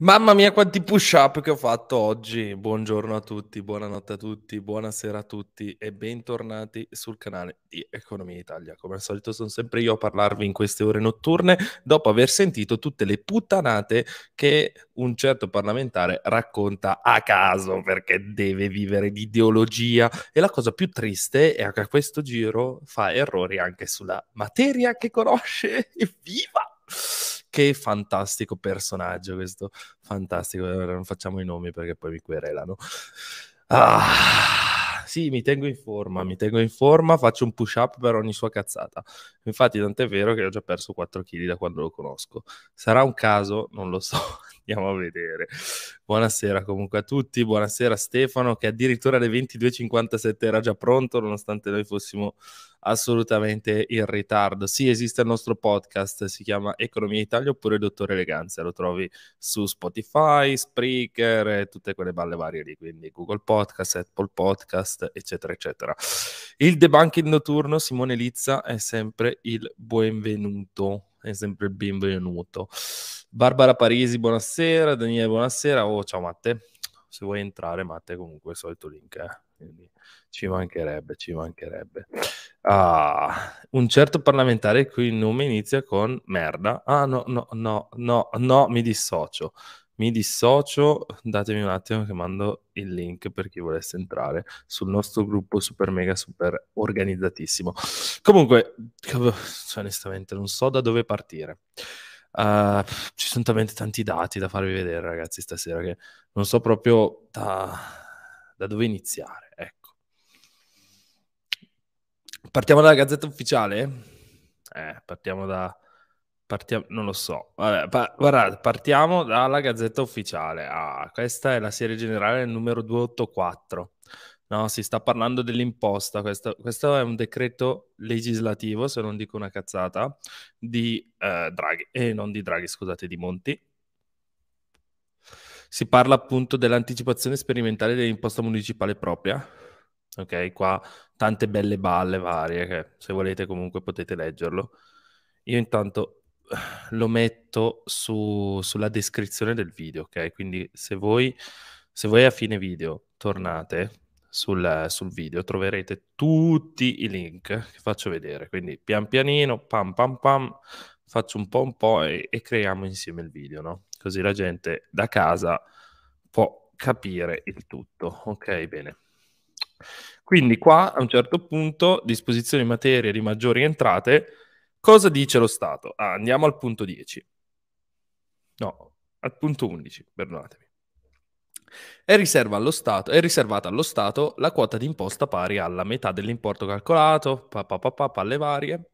Mamma mia, quanti push-up che ho fatto oggi. Buongiorno a tutti, buonanotte a tutti, buonasera a tutti e bentornati sul canale di Economia Italia. Come al solito sono sempre io a parlarvi in queste ore notturne dopo aver sentito tutte le puttanate che un certo parlamentare racconta a caso perché deve vivere di ideologia e la cosa più triste è che a questo giro fa errori anche sulla materia che conosce. Evviva! Che fantastico personaggio questo. Fantastico, non facciamo i nomi perché poi mi querelano. Sì, mi tengo in forma, faccio un push-up per ogni sua cazzata. Infatti, tant'è vero che ho già perso 4 kg da quando lo conosco. Sarà un caso? Non lo so, andiamo a vedere. Buonasera comunque a tutti, buonasera Stefano, che addirittura alle 22:57 era già pronto, nonostante noi fossimo assolutamente in ritardo. Sì, esiste il nostro podcast, si chiama Economia Italia oppure Dottor Eleganza, lo trovi su Spotify, Spreaker e tutte quelle balle varie lì, quindi Google Podcast, Apple Podcast, eccetera, eccetera. Il debunking notturno, Simone Lizza, è sempre il benvenuto, è sempre il benvenuto. Barbara Parisi, buonasera. Daniele, buonasera. Oh, ciao Matte. Se vuoi entrare, Matte, comunque il solito link, quindi ci mancherebbe, ci mancherebbe. Un certo parlamentare il cui nome inizia con merda. No, mi dissocio. Mi dissocio, datemi un attimo che mando il link per chi volesse entrare sul nostro gruppo super mega super organizzatissimo. Comunque, cioè, onestamente non so da dove partire. Ci sono talmente tanti dati da farvi vedere, ragazzi, stasera che non so proprio da dove iniziare. Ecco. Partiamo dalla Gazzetta Ufficiale? Non lo so. Vabbè, guardate, partiamo dalla Gazzetta Ufficiale. Questa è la serie generale numero 284. No, si sta parlando dell'imposta. Questo è un decreto legislativo, se non dico una cazzata, di Draghi. Non di Draghi, scusate, di Monti. Si parla appunto dell'anticipazione sperimentale dell'imposta municipale propria. Ok, qua tante belle balle varie che se volete comunque potete leggerlo. Io intanto lo metto sulla descrizione del video, ok? Quindi se voi a fine video tornate sul video troverete tutti i link che faccio vedere. Quindi pian pianino, pam pam pam, faccio un po' e creiamo insieme il video, no? Così la gente da casa può capire il tutto. Ok, bene. Quindi qua a un certo punto, disposizioni in materia di maggiori entrate, cosa dice lo Stato? Andiamo al punto 10. No, al punto 11, perdonatemi. È riservata allo Stato la quota d'imposta pari alla metà dell'importo calcolato, alle varie,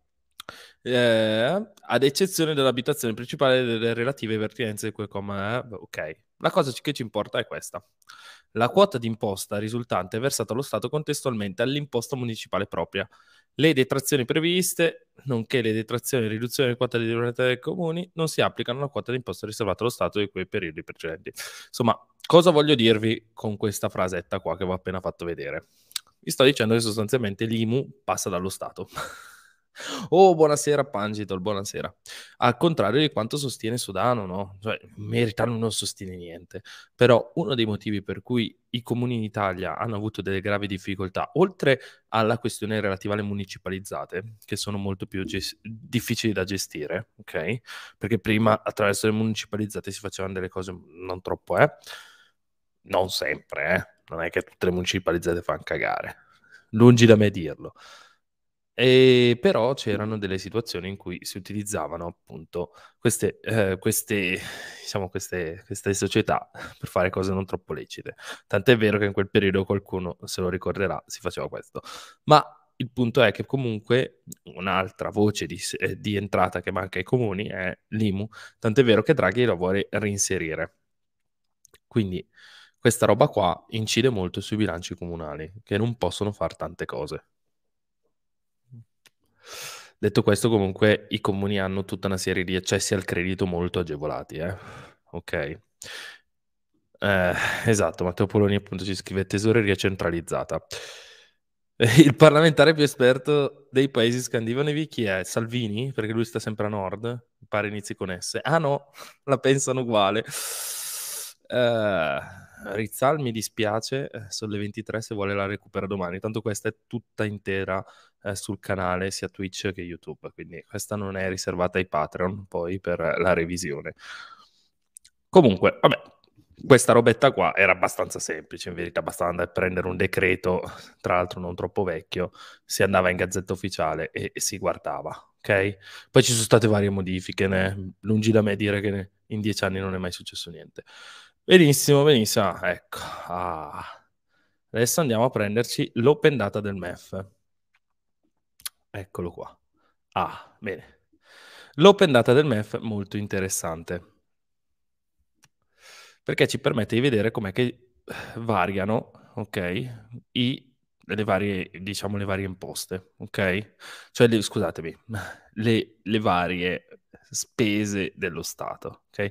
ad eccezione dell'abitazione principale e delle relative pertinenze di quel comma. Ok, la cosa che ci importa è questa. La quota d'imposta risultante è versata allo Stato contestualmente all'imposta municipale propria. Le detrazioni previste, nonché le detrazioni e riduzioni di quota di libertà dei comuni, non si applicano alla quota d'imposta riservata allo Stato di quei periodi precedenti. Insomma, cosa voglio dirvi con questa frasetta qua che vi ho appena fatto vedere? Vi sto dicendo che sostanzialmente l'IMU passa dallo Stato. Oh, buonasera Pangitol, buonasera. Al contrario di quanto sostiene Sodano, no? Cioè, Meritano non sostiene niente. Però uno dei motivi per cui i comuni in Italia hanno avuto delle gravi difficoltà, oltre alla questione relativa alle municipalizzate, che sono molto più difficili da gestire, ok? Perché prima attraverso le municipalizzate si facevano delle cose non troppo, non sempre, non è che tutte le municipalizzate fanno cagare, lungi da me dirlo. E però c'erano delle situazioni in cui si utilizzavano appunto queste società per fare cose non troppo lecite. Tant'è vero che in quel periodo qualcuno se lo ricorderà, si faceva questo. Ma il punto è che comunque un'altra voce di entrata che manca ai comuni è l'IMU, tant'è vero che Draghi la vuole reinserire. Quindi questa roba qua incide molto sui bilanci comunali, che non possono fare tante cose. Detto questo, comunque i comuni hanno tutta una serie di accessi al credito molto agevolati, ok. Esatto, Matteo Poloni appunto ci scrive tesoreria centralizzata. Il parlamentare più esperto dei paesi scandinavi chi è? Salvini? Perché lui sta sempre a nord, mi pare inizi con S. Ah no, la pensano uguale. Eh, Rizal mi dispiace, sono le 23, se vuole la recupera domani, tanto questa è tutta intera sul canale sia Twitch che YouTube, quindi questa non è riservata ai Patreon poi per la revisione. Comunque, vabbè, questa robetta qua era abbastanza semplice, in verità bastava andare a prendere un decreto, tra l'altro non troppo vecchio, si andava in Gazzetta Ufficiale e si guardava, ok? Poi ci sono state varie modifiche, lungi da me dire che in 10 anni non è mai successo niente. Benissimo, benissimo, ecco. Adesso andiamo a prenderci l'open data del MEF. Eccolo qua. Bene. L'open data del MEF molto interessante, perché ci permette di vedere com'è che variano, ok, le varie, diciamo, le varie imposte, ok? Cioè, scusatemi, le varie spese dello Stato, ok?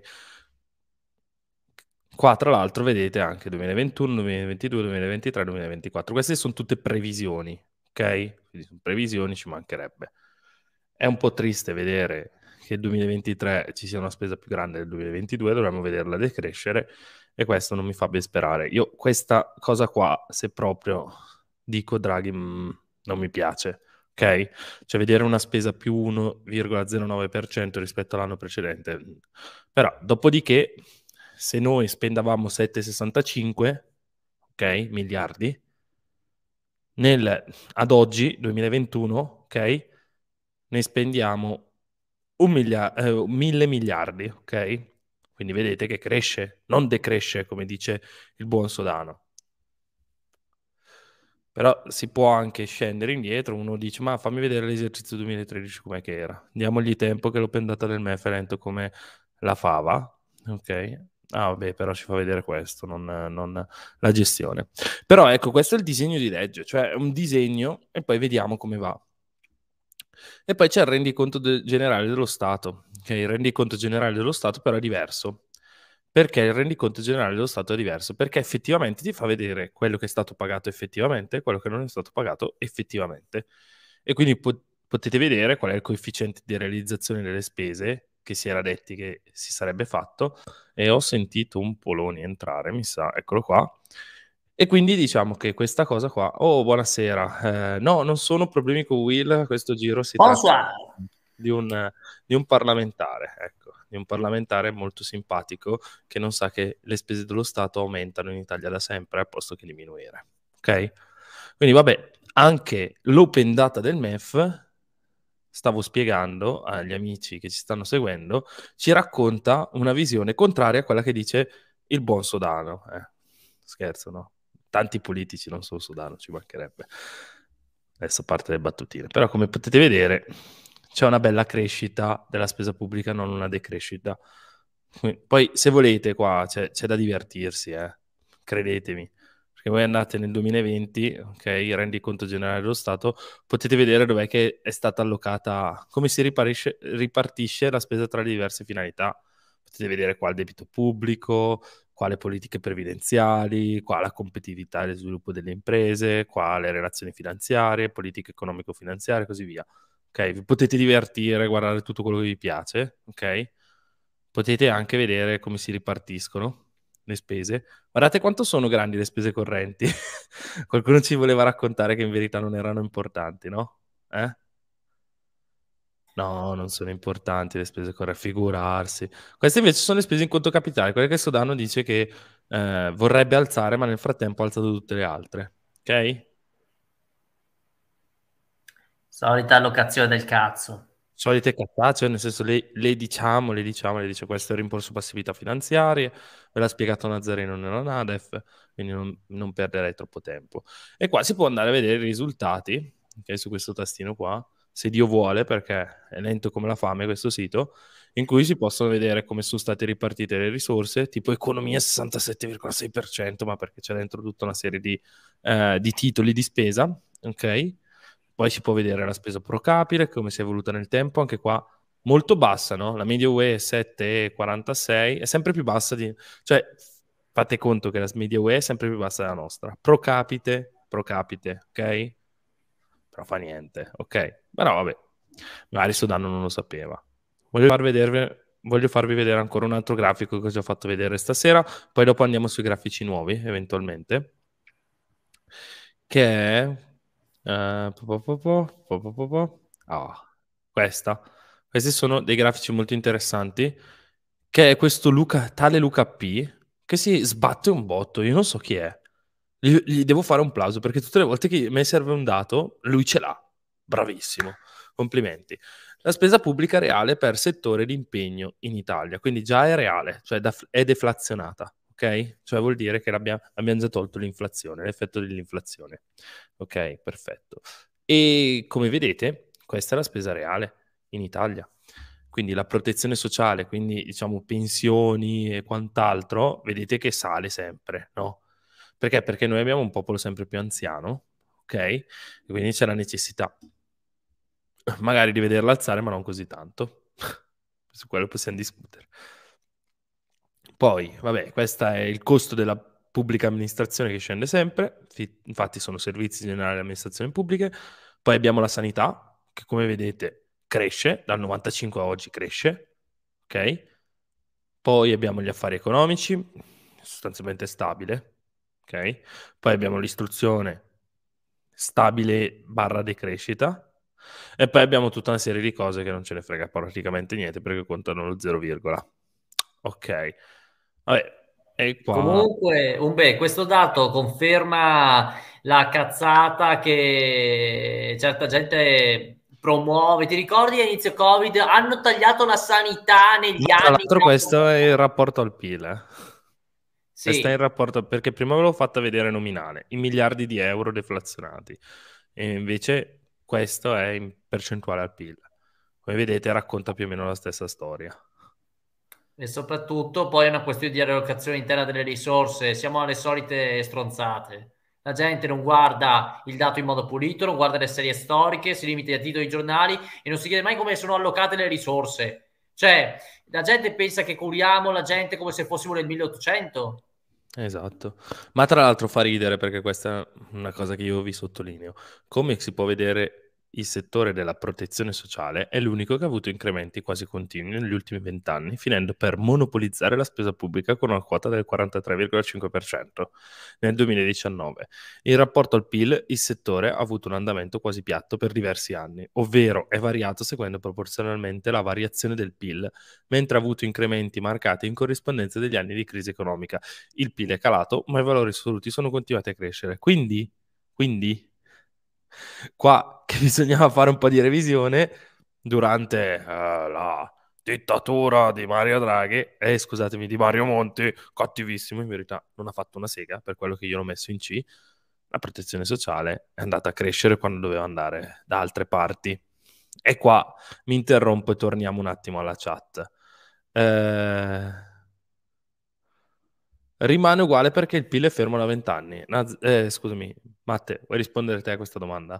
Qua, tra l'altro, vedete anche 2021, 2022, 2023, 2024. Queste sono tutte previsioni, ok? Quindi sono previsioni, ci mancherebbe. È un po' triste vedere che nel 2023 ci sia una spesa più grande del 2022, dovremmo vederla decrescere e questo non mi fa ben sperare. Io questa cosa qua, se proprio dico Draghi, non mi piace, ok? Cioè vedere una spesa più 1,09% rispetto all'anno precedente. Però, dopodiché, se noi spendavamo 7,65, ok, miliardi, ad oggi, 2021, ok, ne spendiamo 1.000 miliardi, ok? Quindi vedete che cresce, non decresce, come dice il buon Sodano. Però si può anche scendere indietro, uno dice, ma fammi vedere l'esercizio 2013 com'è che era. Diamogli tempo che l'ho pendata del MEF è lento come la fava, ok? Vabbè, però ci fa vedere questo, non la gestione. Però ecco, questo è il disegno di legge, cioè un disegno e poi vediamo come va. E poi c'è il rendiconto generale dello Stato, che il rendiconto generale dello Stato però è diverso. Perché il rendiconto generale dello Stato è diverso? Perché effettivamente ti fa vedere quello che è stato pagato effettivamente e quello che non è stato pagato effettivamente. E quindi potete vedere qual è il coefficiente di realizzazione delle spese che si era detti che si sarebbe fatto. E ho sentito un Poloni entrare, mi sa, eccolo qua. E quindi diciamo che questa cosa qua, oh buonasera, no, non sono problemi con Will, questo giro si tratta Bonsoir. di un, di un parlamentare, ecco, di un parlamentare molto simpatico che non sa che le spese dello Stato aumentano in Italia da sempre, al posto che diminuire, ok? Quindi vabbè, anche l'open data del MEF, stavo spiegando agli amici che ci stanno seguendo, ci racconta una visione contraria a quella che dice il buon Sodano. Scherzo, no? Tanti politici, non solo Sodano, ci mancherebbe. Adesso parte le battutine. Però come potete vedere c'è una bella crescita della spesa pubblica, non una decrescita. Poi se volete qua c'è da divertirsi, credetemi. Perché voi andate nel 2020, ok, il rendiconto generale dello Stato, potete vedere dov'è che è stata allocata, come si ripartisce la spesa tra le diverse finalità. Potete vedere qua il debito pubblico, qua le politiche previdenziali, qua la competitività e lo sviluppo delle imprese, qua le relazioni finanziarie, politiche economico-finanziarie e così via. Ok, vi potete divertire, guardare tutto quello che vi piace, ok? Potete anche vedere come si ripartiscono le spese. Guardate quanto sono grandi le spese correnti. Qualcuno ci voleva raccontare che in verità non erano importanti, no? Eh? No, non sono importanti le spese correnti, figurarsi. Queste invece sono le spese in conto capitale, quelle che Sodano dice che vorrebbe alzare, ma nel frattempo ha alzato tutte le altre. Ok? Solita allocazione del cazzo. Solite cazzate, nel senso le diciamo, le dice questo è il rimborso passività finanziarie, ve l'ha spiegato Nazzareno nella NADEF, quindi non perderei troppo tempo. E qua si può andare a vedere i risultati, ok, su questo tastino qua, se Dio vuole, perché è lento come la fame questo sito, in cui si possono vedere come sono state ripartite le risorse, tipo economia 67,6%, ma perché c'è dentro tutta una serie di titoli di spesa, ok? Poi si può vedere la spesa pro capite, come si è evoluta nel tempo, anche qua molto bassa, no? La media UE è 7,46, è sempre più bassa cioè fate conto che la media UE è sempre più bassa della nostra. Pro capite, ok? Però fa niente, ok? Però vabbè, magari Sodano non lo sapeva. Voglio far vedere voglio farvi vedere ancora un altro grafico che ho già fatto vedere stasera, poi dopo andiamo sui grafici nuovi, eventualmente, che è... questa. Questi sono dei grafici molto interessanti, che è questo tale Luca P, che si sbatte un botto, io non so chi è. Gli devo fare un plauso, perché tutte le volte che mi serve un dato, lui ce l'ha. Bravissimo. Complimenti. La spesa pubblica reale per settore di impegno in Italia, quindi già è reale, cioè è deflazionata, ok? Cioè vuol dire che abbiamo già tolto l'inflazione, l'effetto dell'inflazione. Ok, perfetto. E come vedete, questa è la spesa reale in Italia. Quindi la protezione sociale, quindi diciamo pensioni e quant'altro, vedete che sale sempre, no? Perché? Perché noi abbiamo un popolo sempre più anziano, ok? E quindi c'è la necessità magari di vederla alzare, ma non così tanto. Su quello possiamo discutere. Poi, vabbè, questo è il costo della pubblica amministrazione che scende sempre, infatti sono servizi generali di amministrazione pubbliche. Poi abbiamo la sanità, che come vedete cresce, dal 95 a oggi cresce, ok? Poi abbiamo gli affari economici, sostanzialmente stabile, ok? Poi abbiamo l'istruzione, stabile barra decrescita. E poi abbiamo tutta una serie di cose che non ce ne frega praticamente niente perché contano lo 0, ok. Vabbè, e qua... Comunque, questo dato conferma la cazzata che certa gente promuove. Ti ricordi all'inizio Covid? Hanno tagliato la sanità Ma negli tra anni. l'altro questo è il rapporto al PIL, eh. Questo è il Sì, rapporto, perché prima ve l'ho fatta vedere nominale, i miliardi di euro deflazionati, e invece questo è in percentuale al PIL. Come vedete racconta più o meno la stessa storia. e soprattutto poi è una questione di riallocazione interna delle risorse. Siamo alle solite stronzate. La gente non guarda il dato in modo pulito, non guarda le serie storiche, si limita ai titoli ai giornali e non si chiede mai come sono allocate le risorse. Cioè, la gente pensa che curiamo la gente come se fossimo nel 1800. Esatto, ma tra l'altro fa ridere perché questa è una cosa che io vi sottolineo. Come si può vedere, il settore della protezione sociale è l'unico che ha avuto incrementi quasi continui negli ultimi 20 anni, finendo per monopolizzare la spesa pubblica con una quota del 43,5% nel 2019. In rapporto al PIL, il settore ha avuto un andamento quasi piatto per diversi anni, ovvero è variato seguendo proporzionalmente la variazione del PIL, mentre ha avuto incrementi marcati in corrispondenza degli anni di crisi economica. Il PIL è calato, ma i valori assoluti sono continuati a crescere. Quindi, qua che bisognava fare un po' di revisione durante la dittatura di Mario Draghi, scusatemi, di Mario Monti, cattivissimo, in verità non ha fatto una sega per quello che io l'ho messo in C. La protezione sociale è andata a crescere quando doveva andare da altre parti. E qua mi interrompo e torniamo un attimo alla chat. Eh, Rimane uguale perché il PIL è fermo da 20 anni. Scusami, Matte, vuoi rispondere te a questa domanda?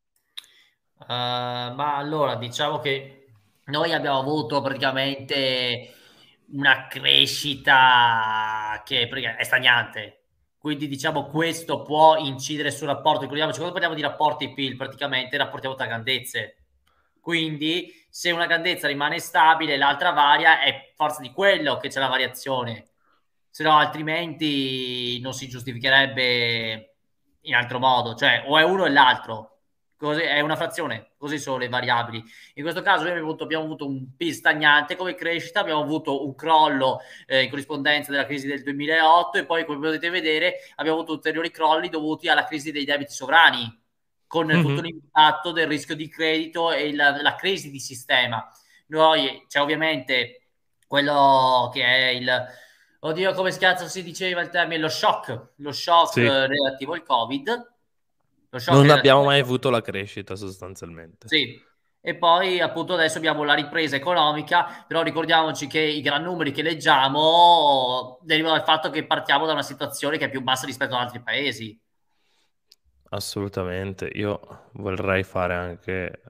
Ma allora diciamo che noi abbiamo avuto praticamente una crescita è stagnante. Quindi diciamo questo può incidere sul rapporto. Ricordiamoci, quando parliamo di rapporti PIL, praticamente rapportiamo tra grandezze. Quindi se una grandezza rimane stabile, l'altra varia, è forza di quello che c'è la variazione. Se no, altrimenti non si giustificherebbe in altro modo, cioè o è uno o è l'altro. Così, è una frazione, così sono le variabili. In questo caso noi abbiamo avuto un PIL stagnante come crescita, abbiamo avuto un crollo in corrispondenza della crisi del 2008 e poi, come potete vedere, abbiamo avuto ulteriori crolli dovuti alla crisi dei debiti sovrani, con tutto Mhm. l'impatto del rischio di credito e la crisi di sistema. Noi c'è ovviamente quello che è il... Oddio, come cazzo si diceva il termine? Lo shock Sì, relativo al Covid. Lo shock non relativo abbiamo al mai Covid. avuto la crescita sostanzialmente. Sì, e poi appunto adesso abbiamo la ripresa economica, però ricordiamoci che i gran numeri che leggiamo derivano dal fatto che partiamo da una situazione che è più bassa rispetto ad altri paesi. Assolutamente. Io vorrei fare anche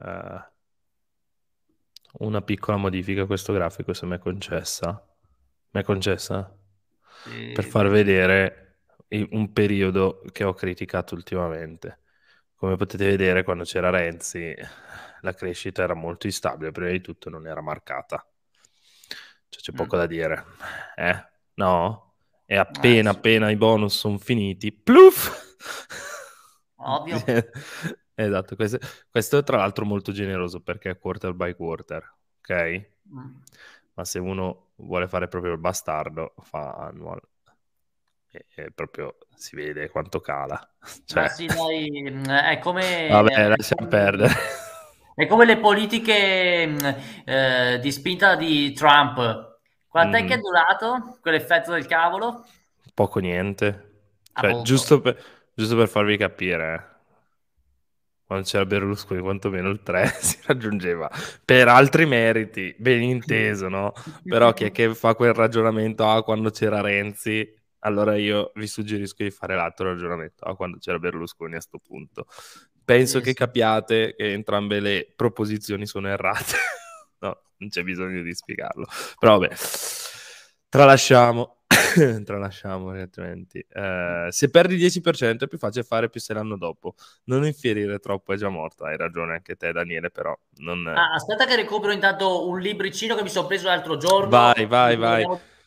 una piccola modifica a questo grafico, se mi è concessa. Mi è concessa? Per Sì, far vedere un periodo che ho criticato ultimamente. Come potete vedere, quando c'era Renzi, la crescita era molto instabile, prima di tutto non era marcata. Cioè, c'è poco da dire. No? E appena Sì, appena i bonus sono finiti, pluff! ovvio. Esatto, questo è tra l'altro molto generoso perché è quarter by quarter, ok? Mm. Ma se uno vuole fare proprio il bastardo, fa annual. E proprio si vede quanto cala. Ah Cioè, sì, dai, vabbè, lasciamo perdere. è come le politiche di spinta di Trump. Quant'è che è Mhm. durato quell'effetto del cavolo? Poco niente. A Cioè, molto. giusto per farvi capire, quando c'era Berlusconi, quantomeno il 3 si raggiungeva per altri meriti, ben inteso, no? Però chi è che fa quel ragionamento, quando c'era Renzi, allora io vi suggerisco di fare l'altro ragionamento, quando c'era Berlusconi a sto punto. Penso Sì, che sì. capiate che entrambe le proposizioni sono errate. No, non c'è bisogno di spiegarlo. Però vabbè, tralasciamo. Tralasciamo, altrimenti. Se perdi il 10% è più facile fare più se l'anno dopo. Non infierire troppo, è già morto. Hai ragione anche te, Daniele, però non... Ah, aspetta che recupero intanto un libricino che mi sono preso l'altro giorno. Vai, vai, vai.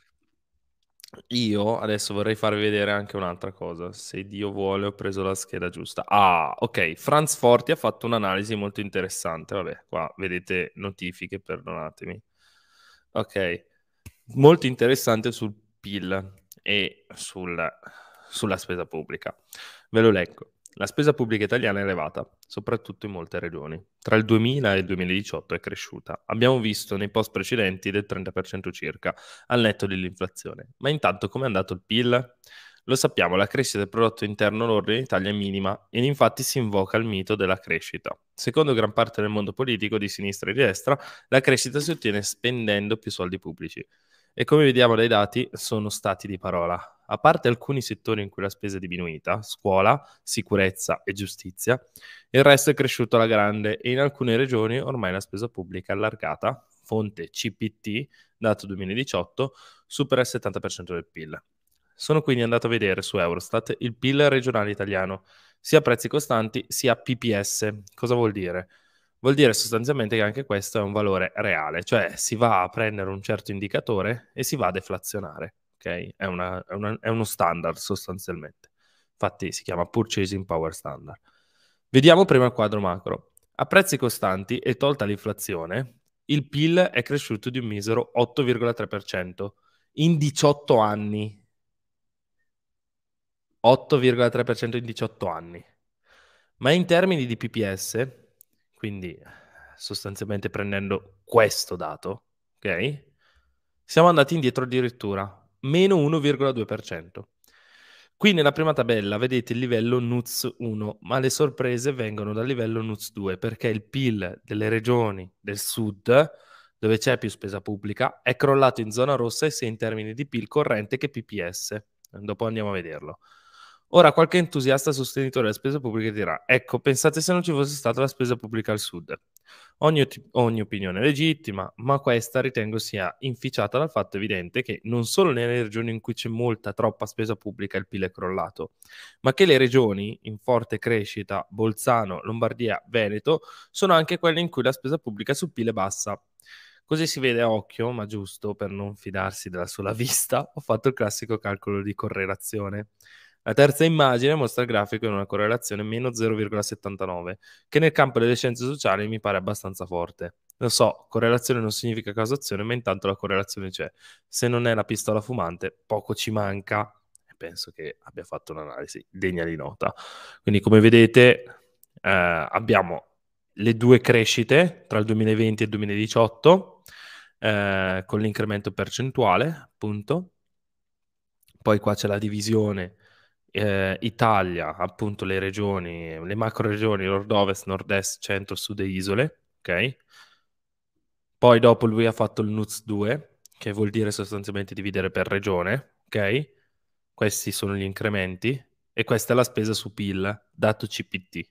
Io adesso vorrei farvi vedere anche un'altra cosa. Se Dio vuole, ho preso la scheda giusta. Ah, ok. Franz Forti ha fatto un'analisi molto interessante. Vabbè, qua vedete notifiche, perdonatemi. Ok. Molto interessante sul PIL e sulla spesa pubblica. Ve lo leggo. La spesa pubblica italiana è elevata, soprattutto in molte regioni. Tra il 2000 e il 2018 è cresciuta. Abbiamo visto nei post precedenti del 30% circa, al netto dell'inflazione. Ma intanto com'è andato il PIL? Lo sappiamo, la crescita del prodotto interno lordo in Italia è minima ed infatti si invoca il mito della crescita. Secondo gran parte del mondo politico di sinistra e di destra, la crescita si ottiene spendendo più soldi pubblici. E come vediamo dai dati, sono stati di parola. A parte alcuni settori in cui la spesa è diminuita, scuola, sicurezza e giustizia, il resto è cresciuto alla grande e in alcune regioni ormai la spesa pubblica allargata, fonte CPT, dato 2018, supera il 70% del PIL. Sono quindi andato a vedere su Eurostat il PIL regionale italiano, sia a prezzi costanti sia a PPS. Cosa vuol dire? Vuol dire sostanzialmente che anche questo è un valore reale, cioè si va a prendere un certo indicatore e si va a deflazionare, ok? È uno standard sostanzialmente. Infatti si chiama Purchasing Power Standard. Vediamo prima il quadro macro. A prezzi costanti e tolta l'inflazione, il PIL è cresciuto di un misero 8,3% in 18 anni. 8,3% in 18 anni. Ma in termini di PPS, quindi sostanzialmente prendendo questo dato, ok? Siamo andati indietro addirittura, meno 1,2%. Qui nella prima tabella vedete il livello NUTS 1, ma le sorprese vengono dal livello NUTS 2, perché il PIL delle regioni del sud, dove c'è più spesa pubblica, è crollato in zona rossa sia in termini di PIL corrente che PPS. Dopo andiamo a vederlo. Ora, qualche entusiasta sostenitore della spesa pubblica dirà: ecco, pensate se non ci fosse stata la spesa pubblica al sud. Ogni opinione è legittima, ma questa ritengo sia inficiata dal fatto evidente che non solo nelle regioni in cui c'è molta, troppa spesa pubblica il PIL è crollato, ma che le regioni in forte crescita, Bolzano, Lombardia, Veneto, sono anche quelle in cui la spesa pubblica sul PIL è bassa. Così si vede a occhio, ma giusto per non fidarsi della sola vista, ho fatto il classico calcolo di correlazione. La terza immagine mostra il grafico in una correlazione meno 0,79, che nel campo delle scienze sociali mi pare abbastanza forte. Lo so, correlazione non significa causazione, ma intanto la correlazione c'è. Se non è la pistola fumante, poco ci manca. E penso che abbia fatto un'analisi degna di nota. Quindi, come vedete, abbiamo le due crescite tra il 2020 e il 2018, con l'incremento percentuale, appunto. Poi qua c'è la divisione Italia, appunto le regioni, le macro regioni, nord-ovest, nord-est, centro, sud e isole, ok? Poi dopo lui ha fatto il NUTS 2, che vuol dire sostanzialmente dividere per regione, ok? Questi sono gli incrementi e questa è la spesa su PIL, dato CPT.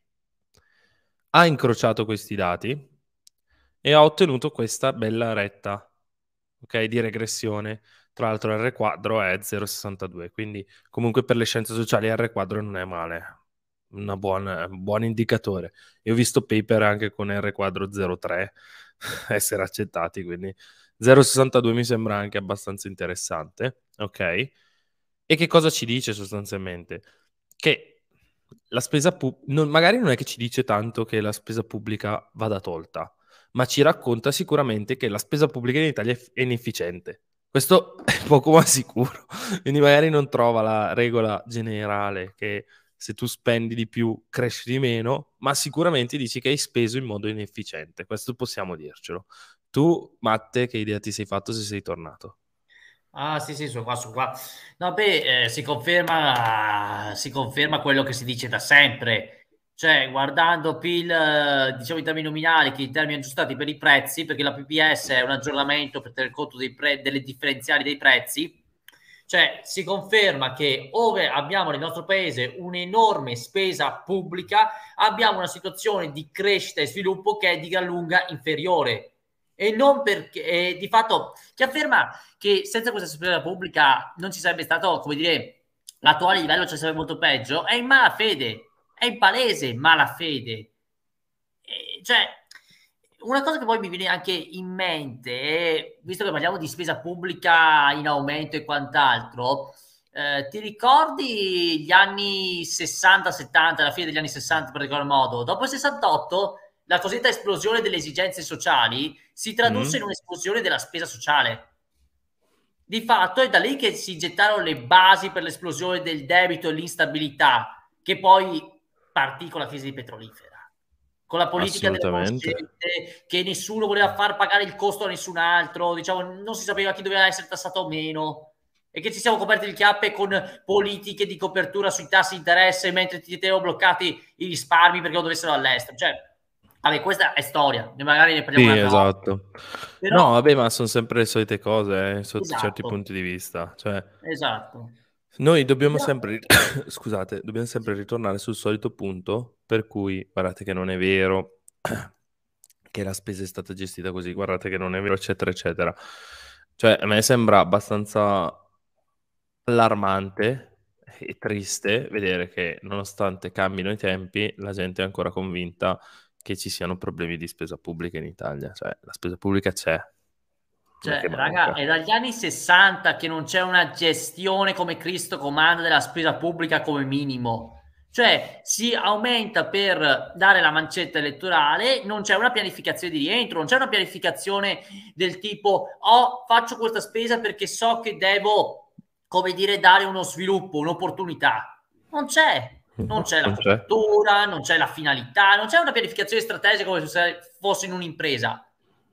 Ha incrociato questi dati e ha ottenuto questa bella retta, ok, di regressione. Tra l'altro R quadro è 0,62, quindi comunque per le scienze sociali R quadro non è male. un buon indicatore. Io ho visto paper anche con R quadro 0,3 essere accettati, quindi 0,62 mi sembra anche abbastanza interessante, ok? E che cosa ci dice sostanzialmente? Che la spesa pubblica, magari non è che ci dice tanto che la spesa pubblica vada tolta, ma ci racconta sicuramente che la spesa pubblica in Italia è inefficiente. Questo è poco ma sicuro. Quindi magari non trova la regola generale che se tu spendi di più cresci di meno, ma sicuramente dici che hai speso in modo inefficiente. Questo possiamo dircelo. Tu, Matte, che idea ti sei fatto se sei tornato? Ah, sì, sì, sono qua, sono qua. No, beh, si conferma quello che si dice da sempre. Cioè, guardando PIL, diciamo in termini nominali, che in termini aggiustati per i prezzi, perché la PPS è un aggiornamento per tener conto delle differenziali dei prezzi. Cioè, si conferma che ove abbiamo nel nostro paese un'enorme spesa pubblica, abbiamo una situazione di crescita e sviluppo che è di gran lunga inferiore. E non perché, di fatto, chi afferma che senza questa spesa pubblica non ci sarebbe stato, come dire, l'attuale livello ci sarebbe molto peggio, è in malafede, è in palese malafede. Cioè, una cosa che poi mi viene anche in mente, visto che parliamo di spesa pubblica in aumento e quant'altro, ti ricordi gli anni 60-70, la fine degli anni 60 per particolar modo? Dopo il 68, la cosiddetta esplosione delle esigenze sociali si tradusse in un'esplosione della spesa sociale. Di fatto è da lì che si gettarono le basi per l'esplosione del debito e l'instabilità, che poi partì con la crisi petrolifera, con la politica delle Assolutamente. conoscenze, che nessuno voleva far pagare il costo a nessun altro, diciamo, non si sapeva chi doveva essere tassato o meno, e che ci siamo coperti le chiappe con politiche di copertura sui tassi di interesse mentre ti tenevo bloccati i risparmi perché lo dovessero all'estero. Cioè, vabbè, questa è storia, magari ne parliamo Sì, un'altra volta. esatto. Però, No, vabbè, ma sono sempre le solite cose, sotto certi esatto, punti di vista. Cioè, esatto. noi dobbiamo Però, sempre, scusate, dobbiamo sempre ritornare sul solito punto per cui, guardate che non è vero che la spesa è stata gestita così, guardate che non è vero, eccetera, eccetera. Cioè, a me sembra abbastanza allarmante e triste vedere che, nonostante cambino i tempi, la gente è ancora convinta che ci siano problemi di spesa pubblica in Italia. Cioè, la spesa pubblica c'è, non è cioè, che raga, manca. è dagli anni 60 che non c'è una gestione come Cristo comanda della spesa pubblica come minimo. Cioè, si aumenta per dare la mancetta elettorale, non c'è una pianificazione di rientro, non c'è una pianificazione del tipo, oh, faccio questa spesa perché so che devo, come dire, dare uno sviluppo, un'opportunità. Non c'è. Non c'è la Non c'è? copertura, non c'è la finalità, non c'è una pianificazione strategica come se fosse in un'impresa.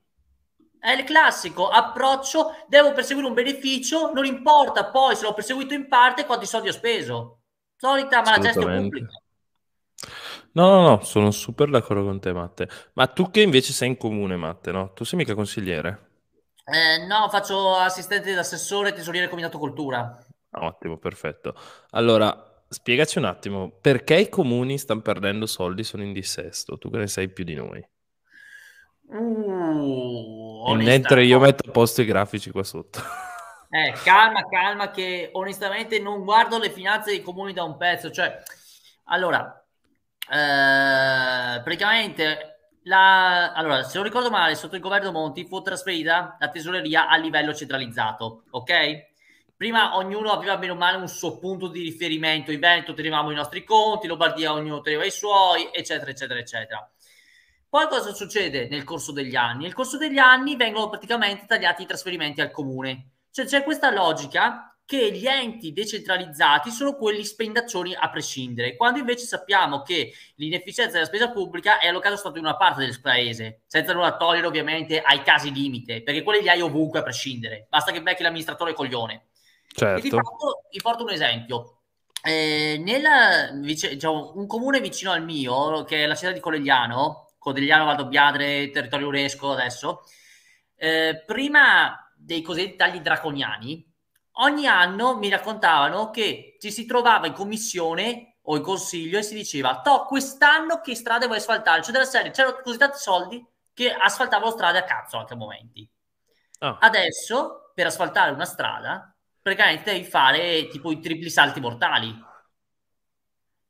È il classico approccio, devo perseguire un beneficio, non importa poi se l'ho perseguito in parte quanti soldi ho speso. Solita malagestio Assolutamente. pubblica. No, no, no, sono super d'accordo con te, Matte. Ma tu che invece sei in comune, Matte, no? Tu sei mica consigliere. No, faccio assistente d'assessore, tesoriere Comitato Cultura. Ottimo, perfetto. Allora, spiegaci un attimo, perché i comuni stanno perdendo soldi, sono in dissesto? Tu che ne sai più di noi. E Onesta. mentre io metto a posto i grafici qua sotto. Calma, calma, che onestamente non guardo le finanze dei comuni da un pezzo. Cioè, allora, praticamente, allora, se non ricordo male, sotto il governo Monti fu trasferita la tesoreria a livello centralizzato, ok? Prima ognuno aveva bene o male un suo punto di riferimento. In Veneto tenevamo i nostri conti, Lombardia ognuno teneva i suoi, eccetera, eccetera, eccetera. Poi cosa succede nel corso degli anni? Nel corso degli anni vengono praticamente tagliati i trasferimenti al comune. Cioè c'è questa logica che gli enti decentralizzati sono quelli spendaccioni a prescindere, quando invece sappiamo che l'inefficienza della spesa pubblica è allocata soltanto in una parte del paese, senza nulla togliere ovviamente ai casi limite, perché quelli li hai ovunque a prescindere, basta che becchi l'amministratore coglione. E ti Certo. porto, ti porto un esempio. Diciamo, un comune vicino al mio, che è la città di Conegliano, Conegliano Valdobbiadre, territorio UNESCO adesso, prima dei cosiddetti tagli draconiani, ogni anno mi raccontavano che ci si trovava in commissione o in consiglio e si diceva, to, quest'anno che strade vuoi asfaltare? Cioè della serie, c'erano così tanti soldi che asfaltavano strade a cazzo anche a momenti. Ah, Adesso, per asfaltare una strada, praticamente devi fare tipo i tripli salti mortali.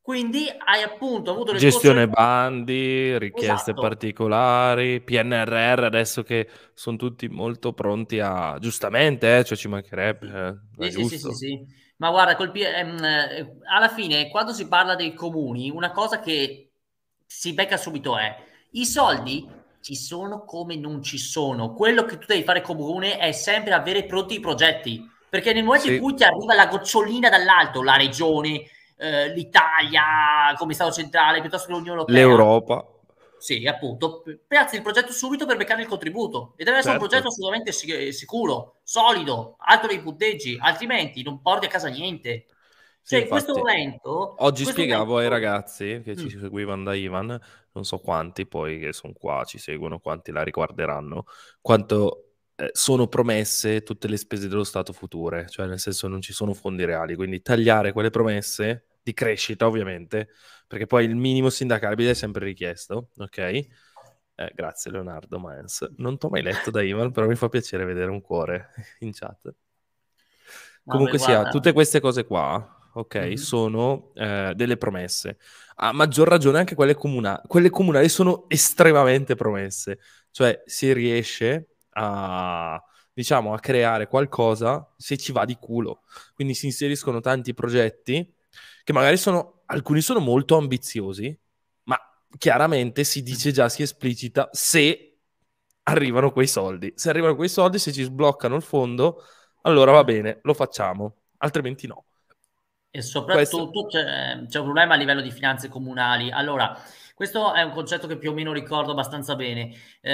Quindi hai appunto avuto l'esplosione. Gestione bandi, richieste Esatto. particolari, PNRR adesso che sono tutti molto pronti a... Giustamente, cioè ci mancherebbe, è Sì, sì, sì, sì, giusto. sì. Ma guarda, alla fine, quando si parla dei comuni, una cosa che si becca subito è i soldi ci sono come non ci sono. Quello che tu devi fare comune è sempre avere pronti i progetti, perché nel momento in Sì, cui ti arriva la gocciolina dall'alto, la regione, l'Italia come Stato centrale, piuttosto che l'Unione Europea, l'Europa, sì, appunto, piazzi il progetto subito per beccare il contributo e deve essere un progetto certo. assolutamente sicuro, solido, alto nei punteggi, altrimenti non porti a casa niente. Sì, Cioè, infatti, in oggi questo spiegavo ai momento, ragazzi che ci seguivano da Ivan, non so quanti poi che sono qua, ci seguono, quanti la riguarderanno, quanto sono promesse tutte le spese dello Stato future, cioè nel senso non ci sono fondi reali, quindi tagliare quelle promesse di crescita ovviamente, perché poi il minimo sindacabile è sempre richiesto, ok? Grazie Leonardo Maens. Non t'ho mai letto da Ivan, però mi fa piacere vedere un cuore in chat. vabbè, Comunque sia, guarda, tutte queste cose qua, ok, mhm. sono delle promesse. A maggior ragione anche quelle comunali sono estremamente promesse. Cioè si riesce a, diciamo, a creare qualcosa se ci va di culo. Quindi si inseriscono tanti progetti che magari alcuni sono molto ambiziosi, ma chiaramente si dice già, si esplicita se arrivano quei soldi. Se arrivano quei soldi, se ci sbloccano il fondo, allora va bene, lo facciamo, altrimenti no. E Questo, soprattutto c'è un problema a livello di finanze comunali. Allora, questo è un concetto che più o meno ricordo abbastanza bene.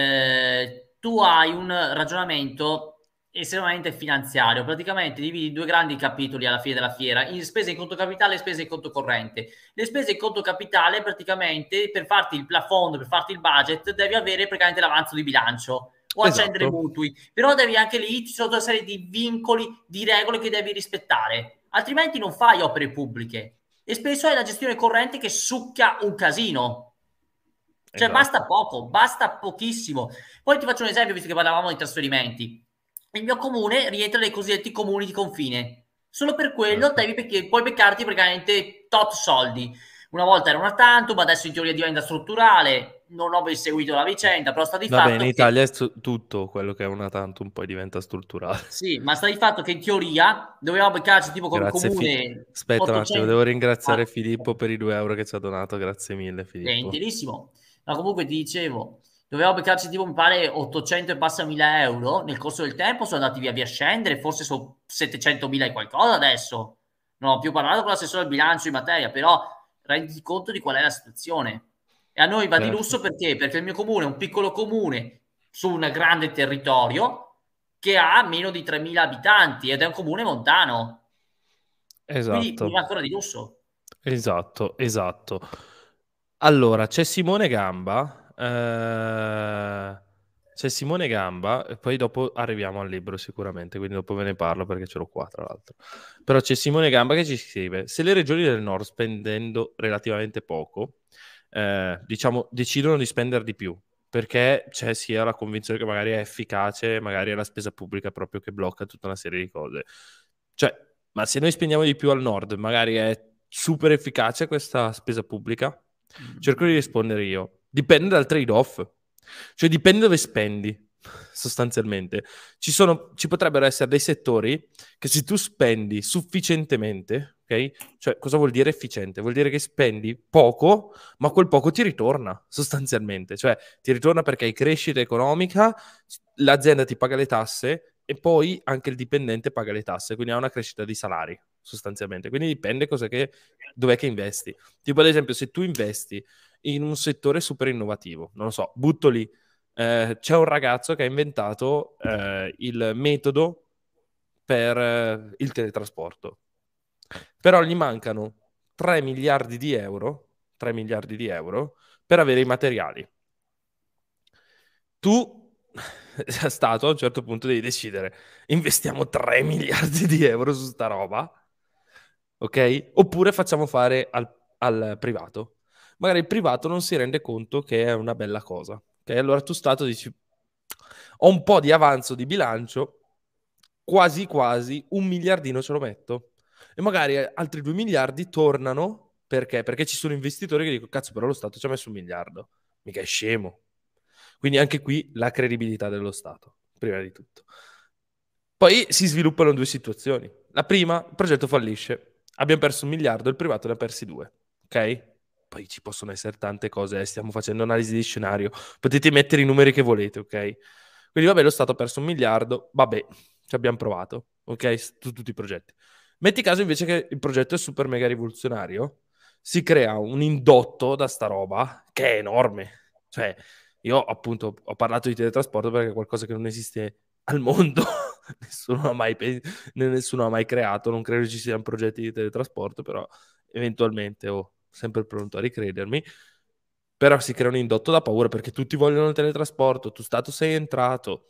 Tu hai un ragionamento estremamente finanziario, praticamente dividi due grandi capitoli alla fine della fiera, in spese in conto capitale e spese in conto corrente. Le spese in conto capitale, praticamente, per farti il plafond, per farti il budget, devi avere praticamente l'avanzo di bilancio o accendere esatto, mutui, però devi anche lì, ci sono tutta una serie di vincoli, di regole che devi rispettare, altrimenti non fai opere pubbliche e spesso è la gestione corrente che succhia un casino, cioè basta esatto. poco, basta pochissimo. Poi ti faccio un esempio, visto che parlavamo di trasferimenti. Il mio comune rientra nei cosiddetti comuni di confine. Solo per quello Certo. puoi beccarti praticamente tot soldi. Una volta era una tantum, adesso in teoria diventa strutturale. Non ho ben seguito la vicenda, però sta di Va bene, fatto in che Italia è tutto quello che è una tantum poi diventa strutturale. sì, ma sta di fatto che in teoria dovevamo beccarci tipo come Grazie. comune Aspetta un attimo, 800. devo Ah, ringraziare Filippo per i 2 euro che ci ha donato. Grazie mille, Filippo. gentilissimo. Ma comunque ti dicevo, dovevamo beccarci tipo, mi pare, 800 e passa mila euro. Nel corso del tempo sono andati via via a scendere, forse sono 700 mila e qualcosa adesso. Non ho più parlato con l'assessore al bilancio in materia, però renditi conto di qual è la situazione. E a noi va di Certo. lusso perché? Perché il mio comune è un piccolo comune su un grande territorio che ha meno di 3.000 abitanti ed è un comune montano. Quindi mi Esatto. va ancora di lusso. Esatto, esatto. Allora, c'è Simone Gamba, e poi dopo arriviamo al libro sicuramente, quindi dopo ve ne parlo perché ce l'ho qua, tra l'altro. Però c'è Simone Gamba che ci scrive: se le regioni del nord, spendendo relativamente poco, diciamo, decidono di spendere di più, perché c'è sia la convinzione che magari è efficace, magari è la spesa pubblica proprio che blocca tutta una serie di cose. Cioè, ma se noi spendiamo di più al nord, magari è super efficace questa spesa pubblica? Cerco di rispondere io. Dipende dal trade-off. Cioè dipende dove spendi, sostanzialmente. Ci potrebbero essere dei settori che se tu spendi sufficientemente, ok? Cioè cosa vuol dire efficiente? Vuol dire che spendi poco, ma quel poco ti ritorna, sostanzialmente. Cioè ti ritorna perché hai crescita economica, l'azienda ti paga le tasse e poi anche il dipendente paga le tasse, quindi ha una crescita di salari, sostanzialmente. Quindi dipende dov'è che investi. Tipo ad esempio se tu investi in un settore super innovativo, non lo so, butto lì, c'è un ragazzo che ha inventato il metodo per il teletrasporto, però gli mancano 3 miliardi di euro, 3 miliardi di euro per avere i materiali. Tu, Stato, a un certo punto devi decidere, investiamo 3 miliardi di euro su sta roba, ok? Oppure facciamo fare al privato. Magari il privato non si rende conto che è una bella cosa, ok? Allora tu Stato dici, ho un po' di avanzo di bilancio, quasi quasi un miliardino ce lo metto. E magari altri 2 miliardi tornano Perché? Perché ci sono investitori che dicono, cazzo, però lo Stato ci ha messo 1 miliardo. Mica è scemo. Quindi anche qui la credibilità dello Stato, prima di tutto. Poi si sviluppano 2 situazioni. La prima, il progetto fallisce. Abbiamo perso 1 miliardo, il privato ne ha persi 2. Ok? Poi ci possono essere tante cose, stiamo facendo analisi di scenario. Potete mettere i numeri che volete, ok? Quindi vabbè, lo Stato ha perso 1 miliardo, vabbè, ci abbiamo provato, ok? Su tutti i progetti. Metti caso invece che il progetto è super mega rivoluzionario, si crea un indotto da sta roba che è enorme. Cioè, io appunto ho parlato di teletrasporto perché è qualcosa che non esiste al mondo. Nessuno ha mai creato, non credo ci siano progetti di teletrasporto, però eventualmente sempre pronto a ricredermi. Però si crea un indotto da paura perché tutti vogliono il teletrasporto, tu Stato sei entrato.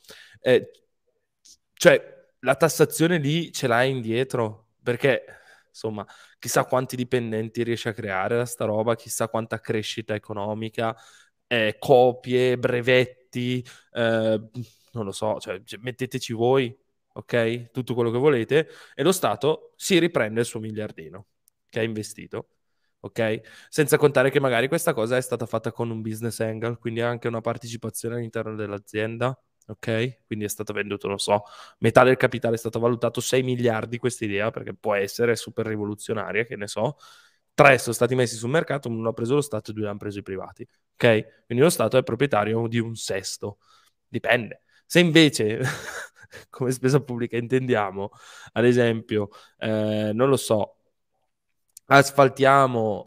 Cioè, la tassazione lì ce l'hai indietro, perché, insomma, chissà quanti dipendenti riesce a creare da sta roba, chissà quanta crescita economica, copie, brevetti, non lo so, cioè, metteteci voi, ok? Tutto quello che volete, e lo Stato si riprende il suo miliardino che ha investito. Ok? Senza contare che magari questa cosa è stata fatta con un business angle, quindi anche una partecipazione all'interno dell'azienda, ok? Quindi è stato venduto, non so, metà del capitale è stato valutato 6 miliardi questa idea, perché può essere super rivoluzionaria, che ne so. 3 sono stati messi sul mercato, uno ha preso lo Stato e 2 hanno preso i privati, ok? Quindi lo Stato è proprietario di un sesto. Dipende. Se invece, come spesa pubblica intendiamo, ad esempio, non lo so, asfaltiamo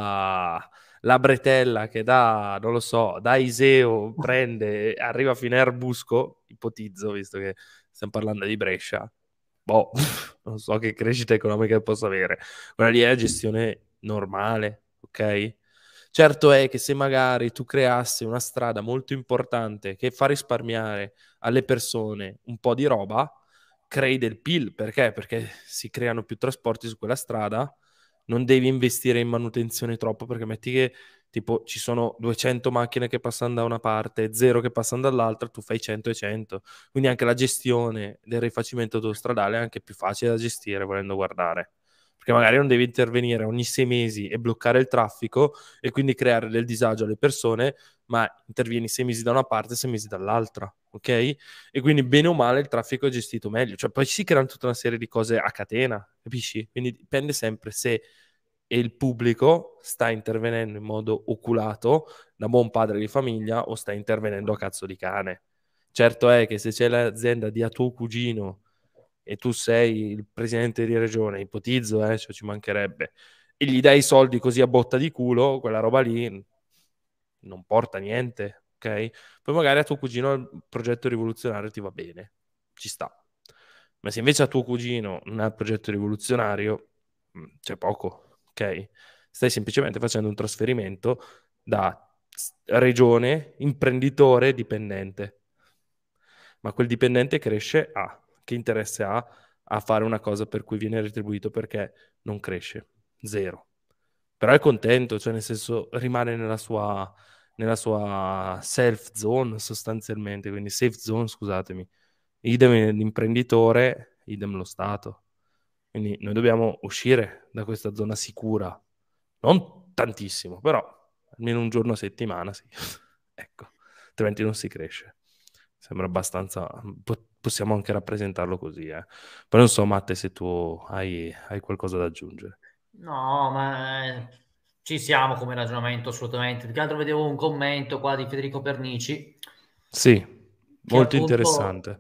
la bretella che non lo so, da Iseo prende, arriva fino a Erbusco, ipotizzo, visto che stiamo parlando di Brescia, boh, non so che crescita economica possa avere. Quella lì è gestione normale, ok? Certo è che se magari tu creassi una strada molto importante che fa risparmiare alle persone un po' di roba, crei del PIL, perché? Perché si creano più trasporti su quella strada, non devi investire in manutenzione troppo, perché metti che tipo ci sono 200 macchine che passano da una parte e 0 che passano dall'altra, tu fai 100 e 100. Quindi anche la gestione del rifacimento autostradale è anche più facile da gestire volendo guardare. Perché magari non devi intervenire ogni 6 mesi e bloccare il traffico e quindi creare del disagio alle persone, ma intervieni 6 mesi da una parte e 6 mesi dall'altra, ok? E quindi bene o male il traffico è gestito meglio. Cioè poi si creano tutta una serie di cose a catena, capisci? Quindi dipende sempre se il pubblico sta intervenendo in modo oculato da buon padre di famiglia o sta intervenendo a cazzo di cane. Certo è che se c'è l'azienda di a tuo cugino e tu sei il presidente di regione, ipotizzo, cioè ci mancherebbe, e gli dai i soldi così a botta di culo, quella roba lì non porta niente, ok? Poi magari a tuo cugino il progetto rivoluzionario ti va bene, ci sta. Ma se invece a tuo cugino non ha il progetto rivoluzionario, c'è poco, ok? Stai semplicemente facendo un trasferimento da regione, imprenditore, dipendente. Ma quel dipendente cresce, che interesse ha a fare una cosa per cui viene retribuito perché non cresce? Zero. Però è contento, cioè nel senso rimane nella sua self zone sostanzialmente, quindi safe zone, scusatemi. Idem l'imprenditore, idem lo Stato. Quindi noi dobbiamo uscire da questa zona sicura. Non tantissimo, però almeno un giorno a settimana, sì. Ecco, altrimenti non si cresce. Sembra abbastanza... Possiamo anche rappresentarlo così, eh. Poi non so, Matte, se tu hai qualcosa da aggiungere. No, ma ci siamo come ragionamento assolutamente. Più che altro vedevo un commento qua di Federico Pernici Sì, che molto appunto, interessante.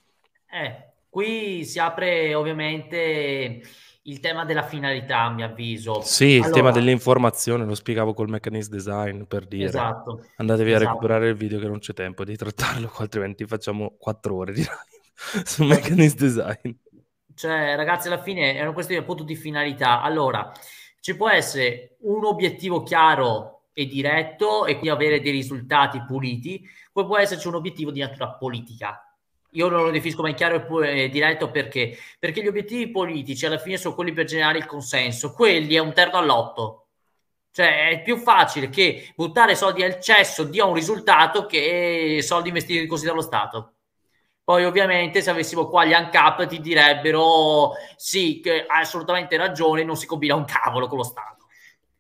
qui si apre ovviamente il tema della finalità, a mio avviso. Sì, il tema Allora, dell'informazione lo spiegavo col mechanism design per dire. esatto, Andatevi a esatto. recuperare il video che non c'è tempo di trattarlo, altrimenti facciamo 4 ore di live sul mechanism design. Cioè, ragazzi, alla fine è una questione appunto di finalità. Allora, ci può essere un obiettivo chiaro e diretto e quindi avere dei risultati puliti, poi può esserci un obiettivo di natura politica. Io non lo definisco mai chiaro e diretto perché? Perché gli obiettivi politici alla fine sono quelli per generare il consenso, quelli è un terno all'otto. Cioè è più facile che buttare soldi al cesso dia un risultato che soldi investiti così dallo Stato. Poi ovviamente se avessimo qua gli ANCAP ti direbbero sì, che hai assolutamente ragione, non si combina un cavolo con lo Stato.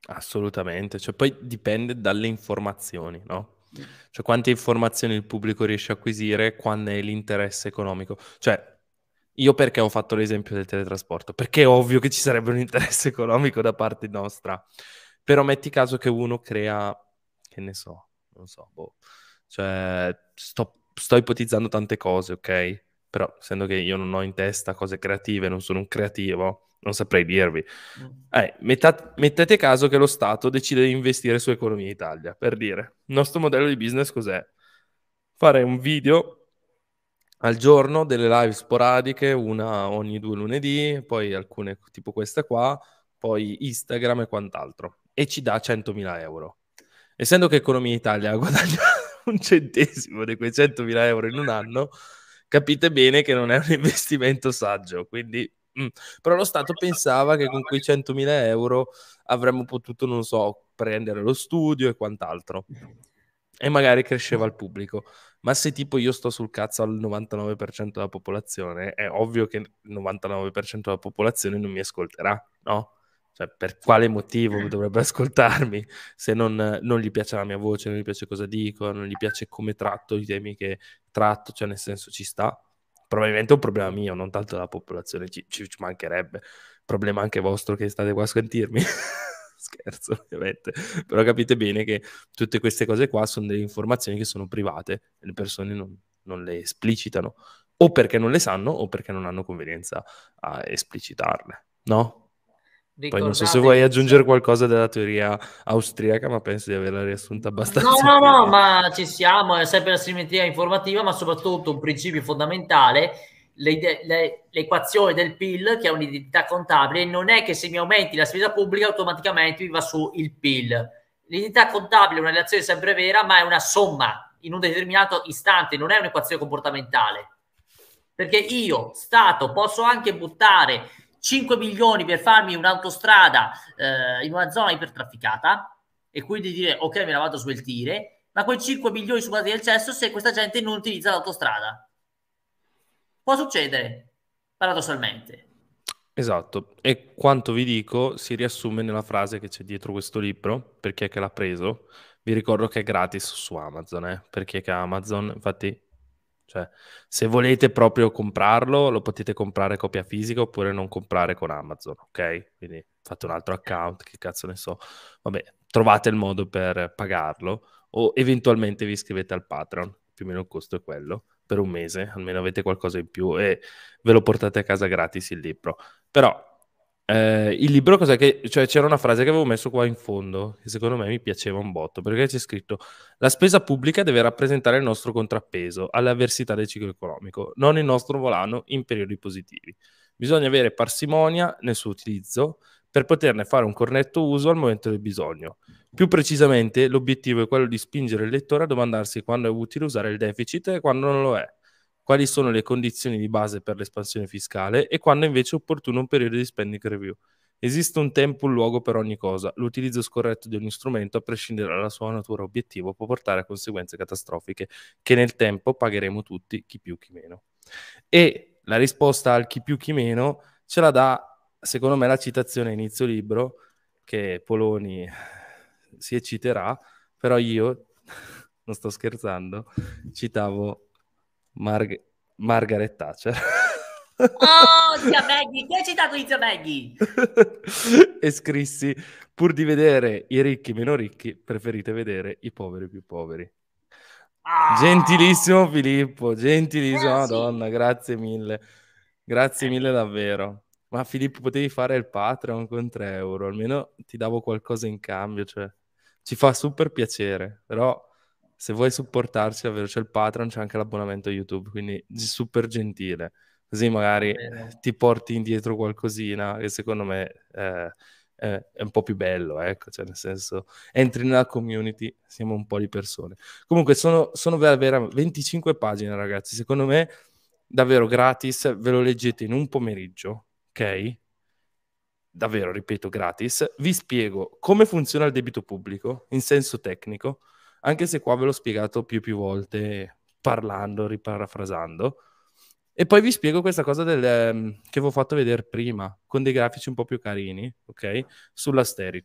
Assolutamente, cioè poi dipende dalle informazioni, no? Cioè quante informazioni il pubblico riesce a acquisire, quando è l'interesse economico. Cioè, io perché ho fatto l'esempio del teletrasporto? Perché è ovvio che ci sarebbe un interesse economico da parte nostra. Però metti caso che uno crea, che ne so, non so, boh. Cioè, sto ipotizzando tante cose, ok? Però essendo che io non ho in testa cose creative, non sono un creativo, non saprei dirvi. Mettete caso che lo Stato decide di investire su Economia Italia, per dire, il nostro modello di business cos'è? Fare un video al giorno, delle live sporadiche, una ogni 2 lunedì, poi alcune tipo questa qua, poi Instagram e quant'altro, e ci dà 100.000 euro. Essendo che Economia Italia guadagna un centesimo di quei 100.000 euro in un anno, capite bene che non è un investimento saggio, quindi... Però lo Stato pensava che con quei 100.000 euro avremmo potuto, non so, prendere lo studio e quant'altro. E magari cresceva il pubblico. Ma se tipo io sto sul cazzo al 99% della popolazione, è ovvio che il 99% della popolazione non mi ascolterà, no? Cioè, per quale motivo dovrebbe ascoltarmi se non gli piace la mia voce, non gli piace cosa dico, non gli piace come tratto i temi che tratto, cioè nel senso ci sta. Probabilmente è un problema mio, non tanto della popolazione, ci mancherebbe. Problema anche vostro che state qua a sentirmi. Scherzo, ovviamente. Però capite bene che tutte queste cose qua sono delle informazioni che sono private e le persone non le esplicitano, o perché non le sanno o perché non hanno convenienza a esplicitarle, no? Poi non so se vuoi Ricordatevi, aggiungere qualcosa della teoria austriaca, ma penso di averla riassunta no, abbastanza no, no, bene. ma ci siamo, è sempre la simmetria informativa, ma soprattutto un principio fondamentale, l'equazione del PIL, che è un'identità contabile, non è che se mi aumenti la spesa pubblica automaticamente mi va su il PIL. L'identità contabile è una relazione sempre vera, ma è una somma in un determinato istante, non è un'equazione comportamentale. Perché io, Stato, posso anche buttare 5 milioni per farmi un'autostrada in una zona ipertrafficata e quindi dire ok, me la vado a sveltire, ma quei 5 milioni su base del cesso se questa gente non utilizza l'autostrada. Può succedere, paradossalmente. Esatto, e quanto vi dico si riassume nella frase che c'è dietro questo libro, per chi è che l'ha preso. Vi ricordo che è gratis su Amazon, per chi è che ha Amazon, infatti, cioè, se volete proprio comprarlo, lo potete comprare copia fisica oppure non comprare con Amazon, ok? Quindi fate un altro account, che cazzo ne so. Vabbè, trovate il modo per pagarlo o eventualmente vi iscrivete al Patreon, più o meno il costo è quello, per un mese, almeno avete qualcosa in più e ve lo portate a casa gratis il libro. Però il libro cos'è che... Cioè c'era una frase che avevo messo qua in fondo, che secondo me mi piaceva un botto, perché c'è scritto: la spesa pubblica deve rappresentare il nostro contrappeso alle avversità del ciclo economico, non il nostro volano in periodi positivi. Bisogna avere parsimonia nel suo utilizzo per poterne fare un corretto uso al momento del bisogno. Più precisamente, l'obiettivo è quello di spingere il lettore a domandarsi quando è utile usare il deficit e quando non lo è, quali sono le condizioni di base per l'espansione fiscale e quando invece è opportuno un periodo di spending review. Esiste un tempo, un luogo per ogni cosa. L'utilizzo scorretto di ogni strumento, a prescindere dalla sua natura obiettivo, può portare a conseguenze catastrofiche che nel tempo pagheremo tutti, chi più chi meno. E la risposta al chi più chi meno ce la dà, secondo me, la citazione a inizio libro, che Poloni si ecciterà, però io, non sto scherzando, citavo Margaret Thatcher. Oh, zia Maggie, chi hai citato di zia Maggie? E scrissi: pur di vedere i ricchi meno ricchi, preferite vedere i poveri più poveri. Ah, Gentilissimo Filippo, gentilissimo, sì. Madonna, grazie mille Niente. davvero. Ma Filippo, potevi fare il Patreon con 3 euro, almeno ti davo qualcosa in cambio, cioè ci fa super piacere, però se vuoi supportarci davvero c'è il Patreon, c'è anche l'abbonamento a YouTube, quindi super gentile, così magari Davvero. ti porti indietro qualcosina che secondo me è un po' più bello, ecco, cioè nel senso entri nella community, siamo un po' di persone. Comunque sono 25 pagine, ragazzi. Secondo me, davvero gratis. Ve lo leggete in un pomeriggio, ok? Davvero, ripeto, gratis. Vi spiego come funziona il debito pubblico in senso tecnico, anche se qua ve l'ho spiegato più volte, parlando, riparafrasando. E poi vi spiego questa cosa che vi ho fatto vedere prima, con dei grafici un po' più carini, ok? Sull'austerity.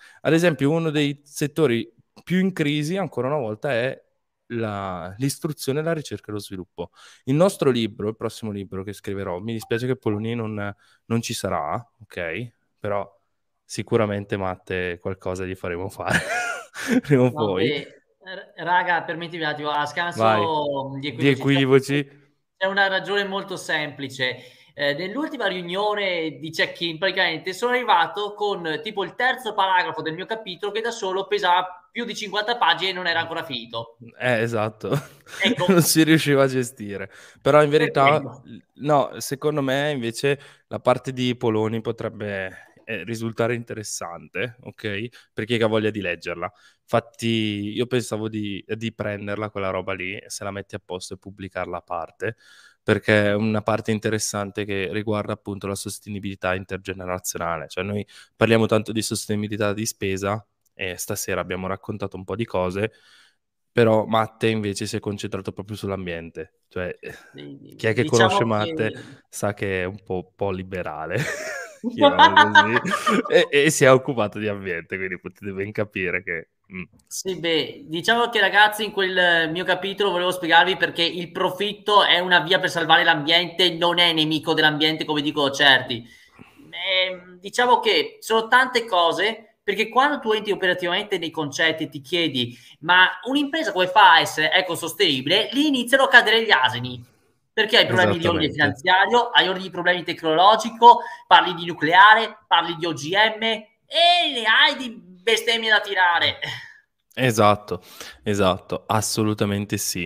Ad esempio, uno dei settori più in crisi, ancora una volta, è l'istruzione, la ricerca e lo sviluppo. Il nostro libro, il prossimo libro che scriverò, mi dispiace che Poloni non ci sarà, ok? Però sicuramente Matte qualcosa gli faremo fare prima o poi. Vabbè, raga, permettimi un attimo, a Vai, scanso di di equivoci, equivoci. c'è una ragione molto semplice. Nell'ultima riunione di check-in, praticamente sono arrivato con tipo il terzo paragrafo del mio capitolo che da solo pesava più di 50 pagine e non era ancora finito. Esatto, non Ecco, si riusciva a gestire. Però in per verità, quello. no, secondo me invece la parte di Poloni potrebbe risultare interessante, ok? Per chi ha voglia di leggerla. Infatti io pensavo di prenderla, quella roba lì, e se la metti a posto e pubblicarla a parte, perché è una parte interessante che riguarda appunto la sostenibilità intergenerazionale. Cioè noi parliamo tanto di sostenibilità di spesa e stasera abbiamo raccontato un po' di cose, però Matte invece si è concentrato proprio sull'ambiente. Cioè, chi è che conosce Diciamo Matte che sa che è un po' liberale, chiamiamolo così, e si è occupato di ambiente, quindi potete ben capire che... sì, beh, diciamo che ragazzi in quel mio capitolo volevo spiegarvi perché il profitto è una via per salvare l'ambiente, non è nemico dell'ambiente come dicono certi. Diciamo che sono tante cose perché quando tu entri operativamente nei concetti e ti chiedi ma un'impresa come fa a essere ecosostenibile, lì iniziano a cadere gli asini. Perché hai problemi di ordine Esattamente. finanziario, hai ordini di problemi tecnologico, parli di nucleare, parli di OGM e ne hai di bestemmie da tirare. Esatto, esatto, assolutamente sì.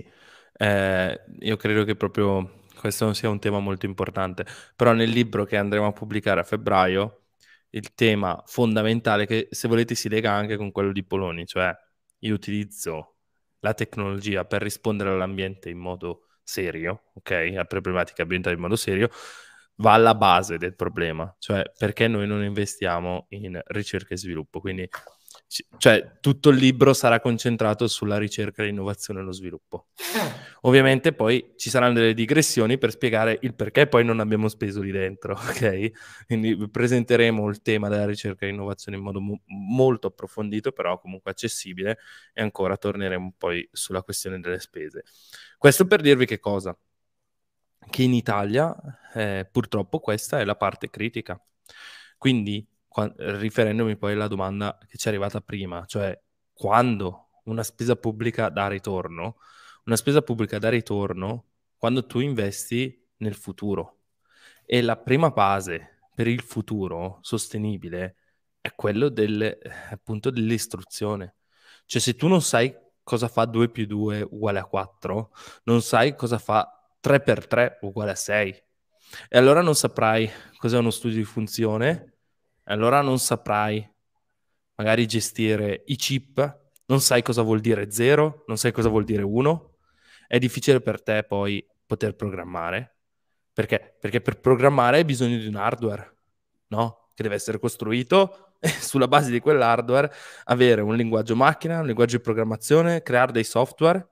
Io credo che proprio questo non sia un tema molto importante, però nel libro che andremo a pubblicare a febbraio, il tema fondamentale, che se volete si lega anche con quello di Poloni, cioè io utilizzo la tecnologia per rispondere all'ambiente in modo serio, ok? A problematiche ambientali in modo serio, va alla base del problema, cioè perché noi non investiamo in ricerca e sviluppo. Quindi, cioè, tutto il libro sarà concentrato sulla ricerca, l'innovazione e lo sviluppo. Ovviamente poi ci saranno delle digressioni per spiegare il perché poi non abbiamo speso lì dentro, ok? Quindi presenteremo il tema della ricerca e innovazione in modo molto approfondito, però comunque accessibile, e ancora torneremo poi sulla questione delle spese. Questo per dirvi che cosa? Che in Italia purtroppo questa è la parte critica. Quindi, riferendomi poi alla domanda che ci è arrivata prima, cioè quando una spesa pubblica dà ritorno, una spesa pubblica dà ritorno quando tu investi nel futuro. E la prima base per il futuro sostenibile è quello appunto dell'istruzione. Cioè se tu non sai cosa fa 2 più 2 uguale a 4, non sai cosa fa 3 per 3 uguale a 6. E allora non saprai cos'è uno studio di funzione, e allora non saprai magari gestire i chip, non sai cosa vuol dire 0, non sai cosa vuol dire 1. È difficile per te poi poter programmare. Perché? Perché per programmare hai bisogno di un hardware, no? Che deve essere costruito e sulla base di quell'hardware avere un linguaggio macchina, un linguaggio di programmazione, creare dei software,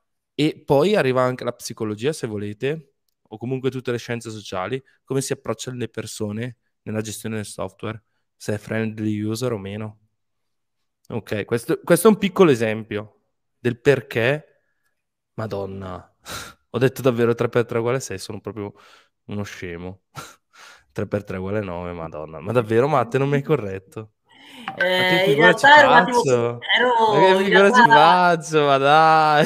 e poi arriva anche la psicologia, se volete, o comunque tutte le scienze sociali, come si approcciano le persone nella gestione del software, se è friendly user o meno. Ok, questo è un piccolo esempio del perché, Madonna, ho detto davvero 3x3 uguale 6, sono proprio uno scemo. 3x3 uguale 9, Madonna. Ma davvero, Matte, non mi hai corretto? Ma che In figura ci realtà ero un attimo, faccio? Ma che ero in figura realtà, ci faccio? Ma dai!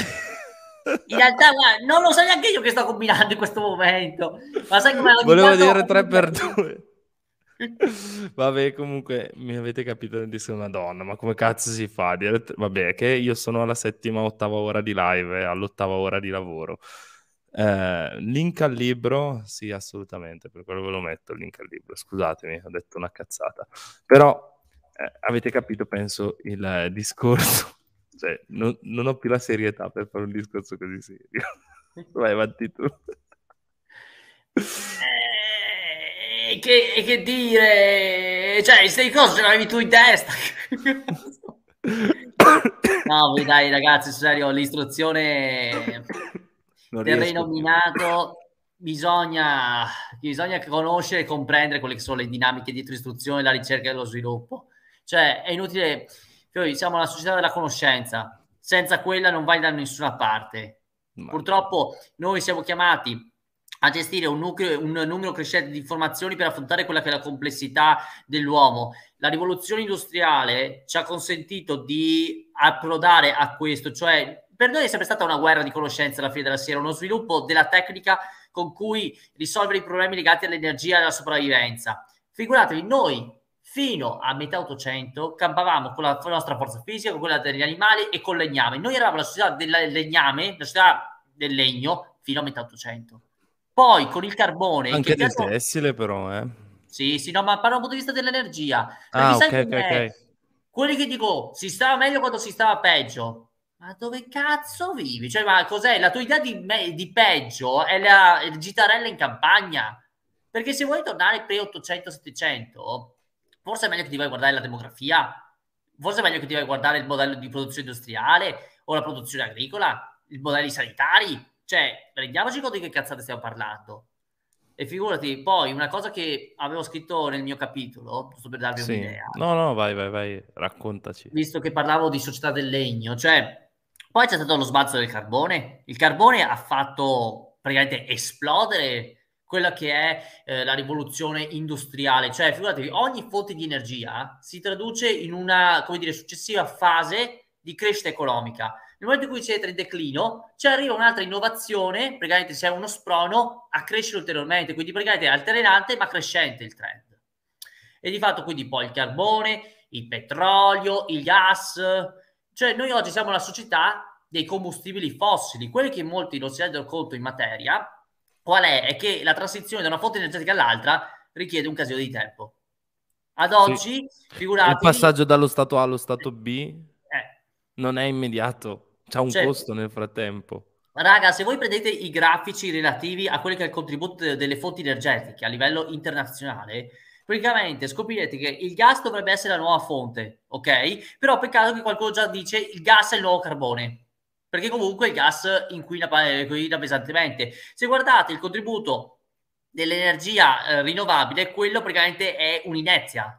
in realtà guarda, non lo so neanche io che sto combinando in questo momento, ma sai come ogni Volevo tanto dire ho un 3x2. Vabbè, comunque mi avete capito nel discorso, Madonna, ma come cazzo si fa? Vabbè, che io sono alla settima, ottava ora di live, all'ottava ora di lavoro. Link al libro? Sì, assolutamente, per quello ve lo metto il link al libro. Scusatemi, ho detto una cazzata. Però avete capito, penso, il discorso. Cioè, non ho più la serietà per fare un discorso così serio. Vai avanti tu. che dire, cioè, queste cose ce l'avevi tu in testa. No, dai, ragazzi, sul serio, l'istruzione, Non terreno riesco più. minato, bisogna conoscere e comprendere quelle che sono le dinamiche dietro istruzione, la ricerca e lo sviluppo. Cioè, è inutile, noi siamo la società della conoscenza, senza quella non vai da nessuna parte. Ma Purtroppo noi siamo chiamati a gestire un numero crescente di informazioni per affrontare quella che è la complessità dell'uomo. La rivoluzione industriale ci ha consentito di approdare a questo, cioè per noi è sempre stata una guerra di conoscenza alla fine della sera, uno sviluppo della tecnica con cui risolvere i problemi legati all'energia e alla sopravvivenza. Figuratevi, noi fino a metà 800 campavamo con la nostra forza fisica, con quella degli animali e col legname. Noi eravamo la società del legname, la società del legno fino a metà 800. Poi con il carbone, che anche del piacciono... tessile, però, eh. Sì, sì, no, ma parlo dal punto di vista dell'energia. Perché Ah, sai ok, ok, ok. com'è? Quelli che dico si stava meglio quando si stava peggio. Ma dove cazzo vivi? Cioè, ma cos'è? La tua idea di peggio è il gitarella in campagna. Perché se vuoi tornare pre-800-700, forse è meglio che ti vai a guardare la demografia, forse è meglio che ti vai a guardare il modello di produzione industriale o la produzione agricola, i modelli sanitari. Cioè, rendiamoci conto di che cazzate stiamo parlando. E figurati, poi una cosa che avevo scritto nel mio capitolo, giusto per darvi Sì. un'idea, No, no, vai, vai, vai, raccontaci. visto che parlavo di società del legno, cioè poi c'è stato lo sbalzo del carbone. Il carbone ha fatto praticamente esplodere quella che è la rivoluzione industriale, cioè figuratevi, ogni fonte di energia si traduce in una, come dire, successiva fase di crescita economica. Nel momento in cui siete in declino, ci arriva un'altra innovazione, praticamente c'è uno sprono a crescere ulteriormente, quindi praticamente è alternante ma crescente il trend. E di fatto quindi poi il carbone, il petrolio, il gas, cioè noi oggi siamo la società dei combustibili fossili, quelli che molti non si rendono conto in materia, qual è? È che la transizione da una fonte energetica all'altra richiede un casino di tempo. Ad Sì. oggi, Il figuratevi, passaggio dallo stato A allo stato B eh, non è immediato, c'ha un cioè, costo nel frattempo. raga, se voi prendete i grafici relativi a quelli che è il contributo delle fonti energetiche a livello internazionale, praticamente scoprirete che il gas dovrebbe essere la nuova fonte, ok? Però peccato che qualcuno già dice il gas è il nuovo carbone, perché comunque il gas inquina pesantemente. Se guardate il contributo dell'energia rinnovabile, quello praticamente è un'inezia.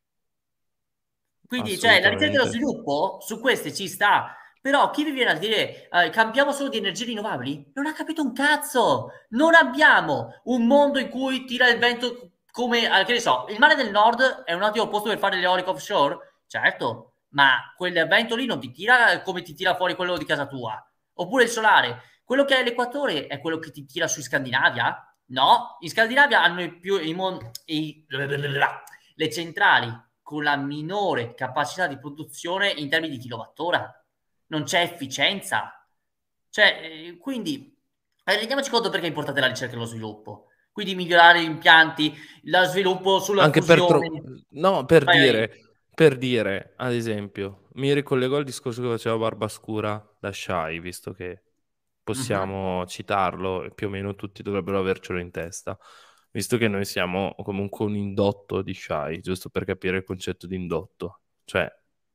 Quindi, cioè, la ricerca e lo Assolutamente. sviluppo su queste ci sta. Però chi vi viene a dire cambiamo solo di energie rinnovabili? Non ha capito un cazzo. Non abbiamo un mondo in cui tira il vento come, che ne so, il mare del nord è un ottimo posto per fare l'eolico offshore? Certo, ma quel vento lì non ti tira come ti tira fuori quello di casa tua. Oppure il solare. Quello che è l'equatore è quello che ti tira su Scandinavia? No, in Scandinavia hanno le centrali con la minore capacità di produzione in termini di kilowattora. Non c'è efficienza. Cioè, quindi rendiamoci conto perché è importante la ricerca e lo sviluppo. Quindi migliorare gli impianti, lo sviluppo sulla Anche per fusione. no, Vai, vai. per dire, ad esempio, mi ricollego al discorso che faceva Barbascura da Shai, visto che Mhm. possiamo citarlo e più o meno tutti dovrebbero avercelo in testa, visto che noi siamo comunque un indotto di Shai, giusto per capire il concetto di indotto. Cioè,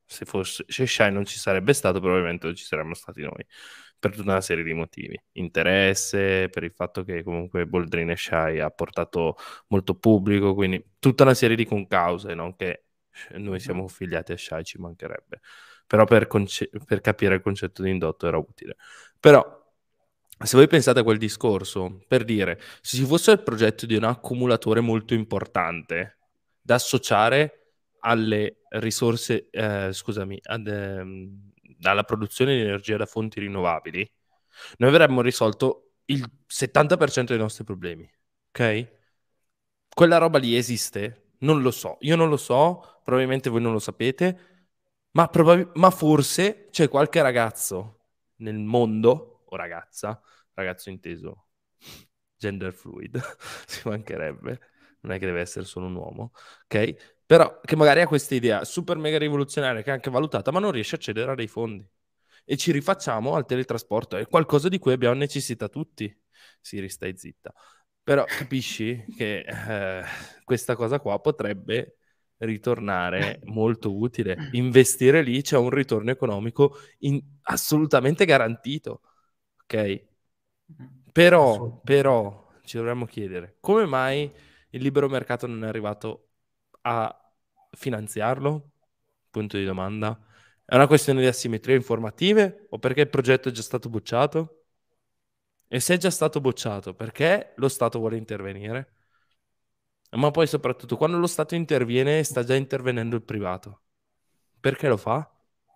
se Shai non ci sarebbe stato, probabilmente non ci saremmo stati noi, per tutta una serie di motivi. Interesse, per il fatto che comunque Boldrin e Shai ha portato molto pubblico, quindi tutta una serie di concause, non che noi siamo Mhm. affiliati a Shai, ci mancherebbe. Però per capire il concetto di indotto era utile. Però, se voi pensate a quel discorso, per dire, se ci fosse il progetto di un accumulatore molto importante da associare alle risorse, scusami, alla produzione di energia da fonti rinnovabili, noi avremmo risolto il 70% dei nostri problemi, ok? Quella roba lì esiste? Non lo so, io non lo so, probabilmente voi non lo sapete, ma forse c'è qualche ragazzo nel mondo, o ragazza, ragazzo inteso gender fluid, ci mancherebbe, non è che deve essere solo un uomo, ok? Però che magari ha questa idea super mega rivoluzionaria che è anche valutata, ma non riesce a accedere a dei fondi. E ci rifacciamo al teletrasporto, è qualcosa di cui abbiamo necessità tutti. Siri, stai zitta. Però capisci che questa cosa qua potrebbe ritornare molto utile. Investire lì c'è un ritorno economico assolutamente garantito, ok? Assolutamente. Però ci dovremmo chiedere come mai il libero mercato non è arrivato a finanziarlo? Punto di domanda. È una questione di asimmetrie informative o perché il progetto è già stato bocciato? E se è già stato bocciato, perché lo Stato vuole intervenire? Ma poi soprattutto quando lo Stato interviene sta già intervenendo il privato. Perché lo fa?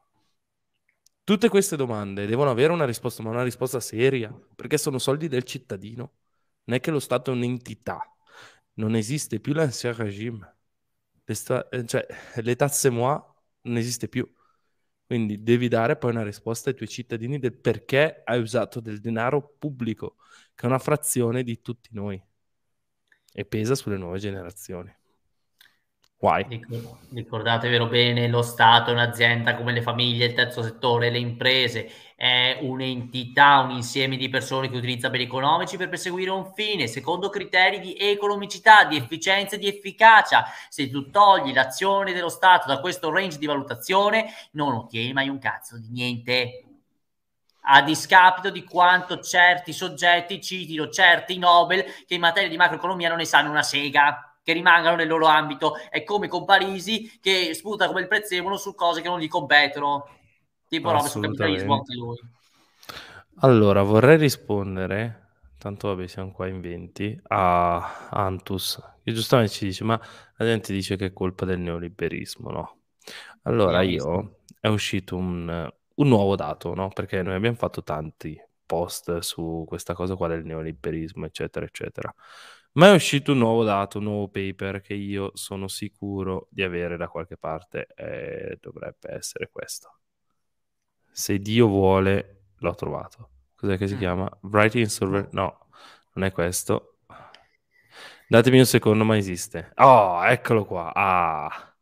Tutte queste domande devono avere una risposta, ma una risposta seria, perché sono soldi del cittadino. Non è che lo Stato è un'entità. Non esiste più l'ancien regime. Cioè, l'état c'est moi non esiste più. Quindi devi dare poi una risposta ai tuoi cittadini del perché hai usato del denaro pubblico, che è una frazione di tutti noi e pesa sulle nuove generazioni. Why? Ricordatevelo bene, lo Stato è un'azienda come le famiglie, il terzo settore, le imprese, è un'entità, un insieme di persone che utilizza beni economici per perseguire un fine, secondo criteri di economicità, di efficienza e di efficacia. Se tu togli l'azione dello Stato da questo range di valutazione, non ottieni mai un cazzo di niente. A discapito di quanto certi soggetti citino certi Nobel che in materia di macroeconomia non ne sanno una sega, che rimangano nel loro ambito. È come con Parisi che sputa come il prezzemolo su cose che non gli competono, tipo robe sul capitalismo Assolutamente. anche lui. Allora, vorrei rispondere, tanto vabbè siamo qua in 20, a Antus, che giustamente ci dice, ma la gente dice che è colpa del neoliberismo, no? Allora Abbiamo visto. è uscito un nuovo dato, no? Perché noi abbiamo fatto tanti post su questa cosa qua del neoliberismo, eccetera, eccetera. Ma è uscito un nuovo dato, un nuovo paper che io sono sicuro di avere da qualche parte e dovrebbe essere questo. Se Dio vuole, l'ho trovato. Cos'è che si chiama? Writing Server? No, non è questo. Datemi un secondo, ma esiste. Oh, eccolo qua. Ah.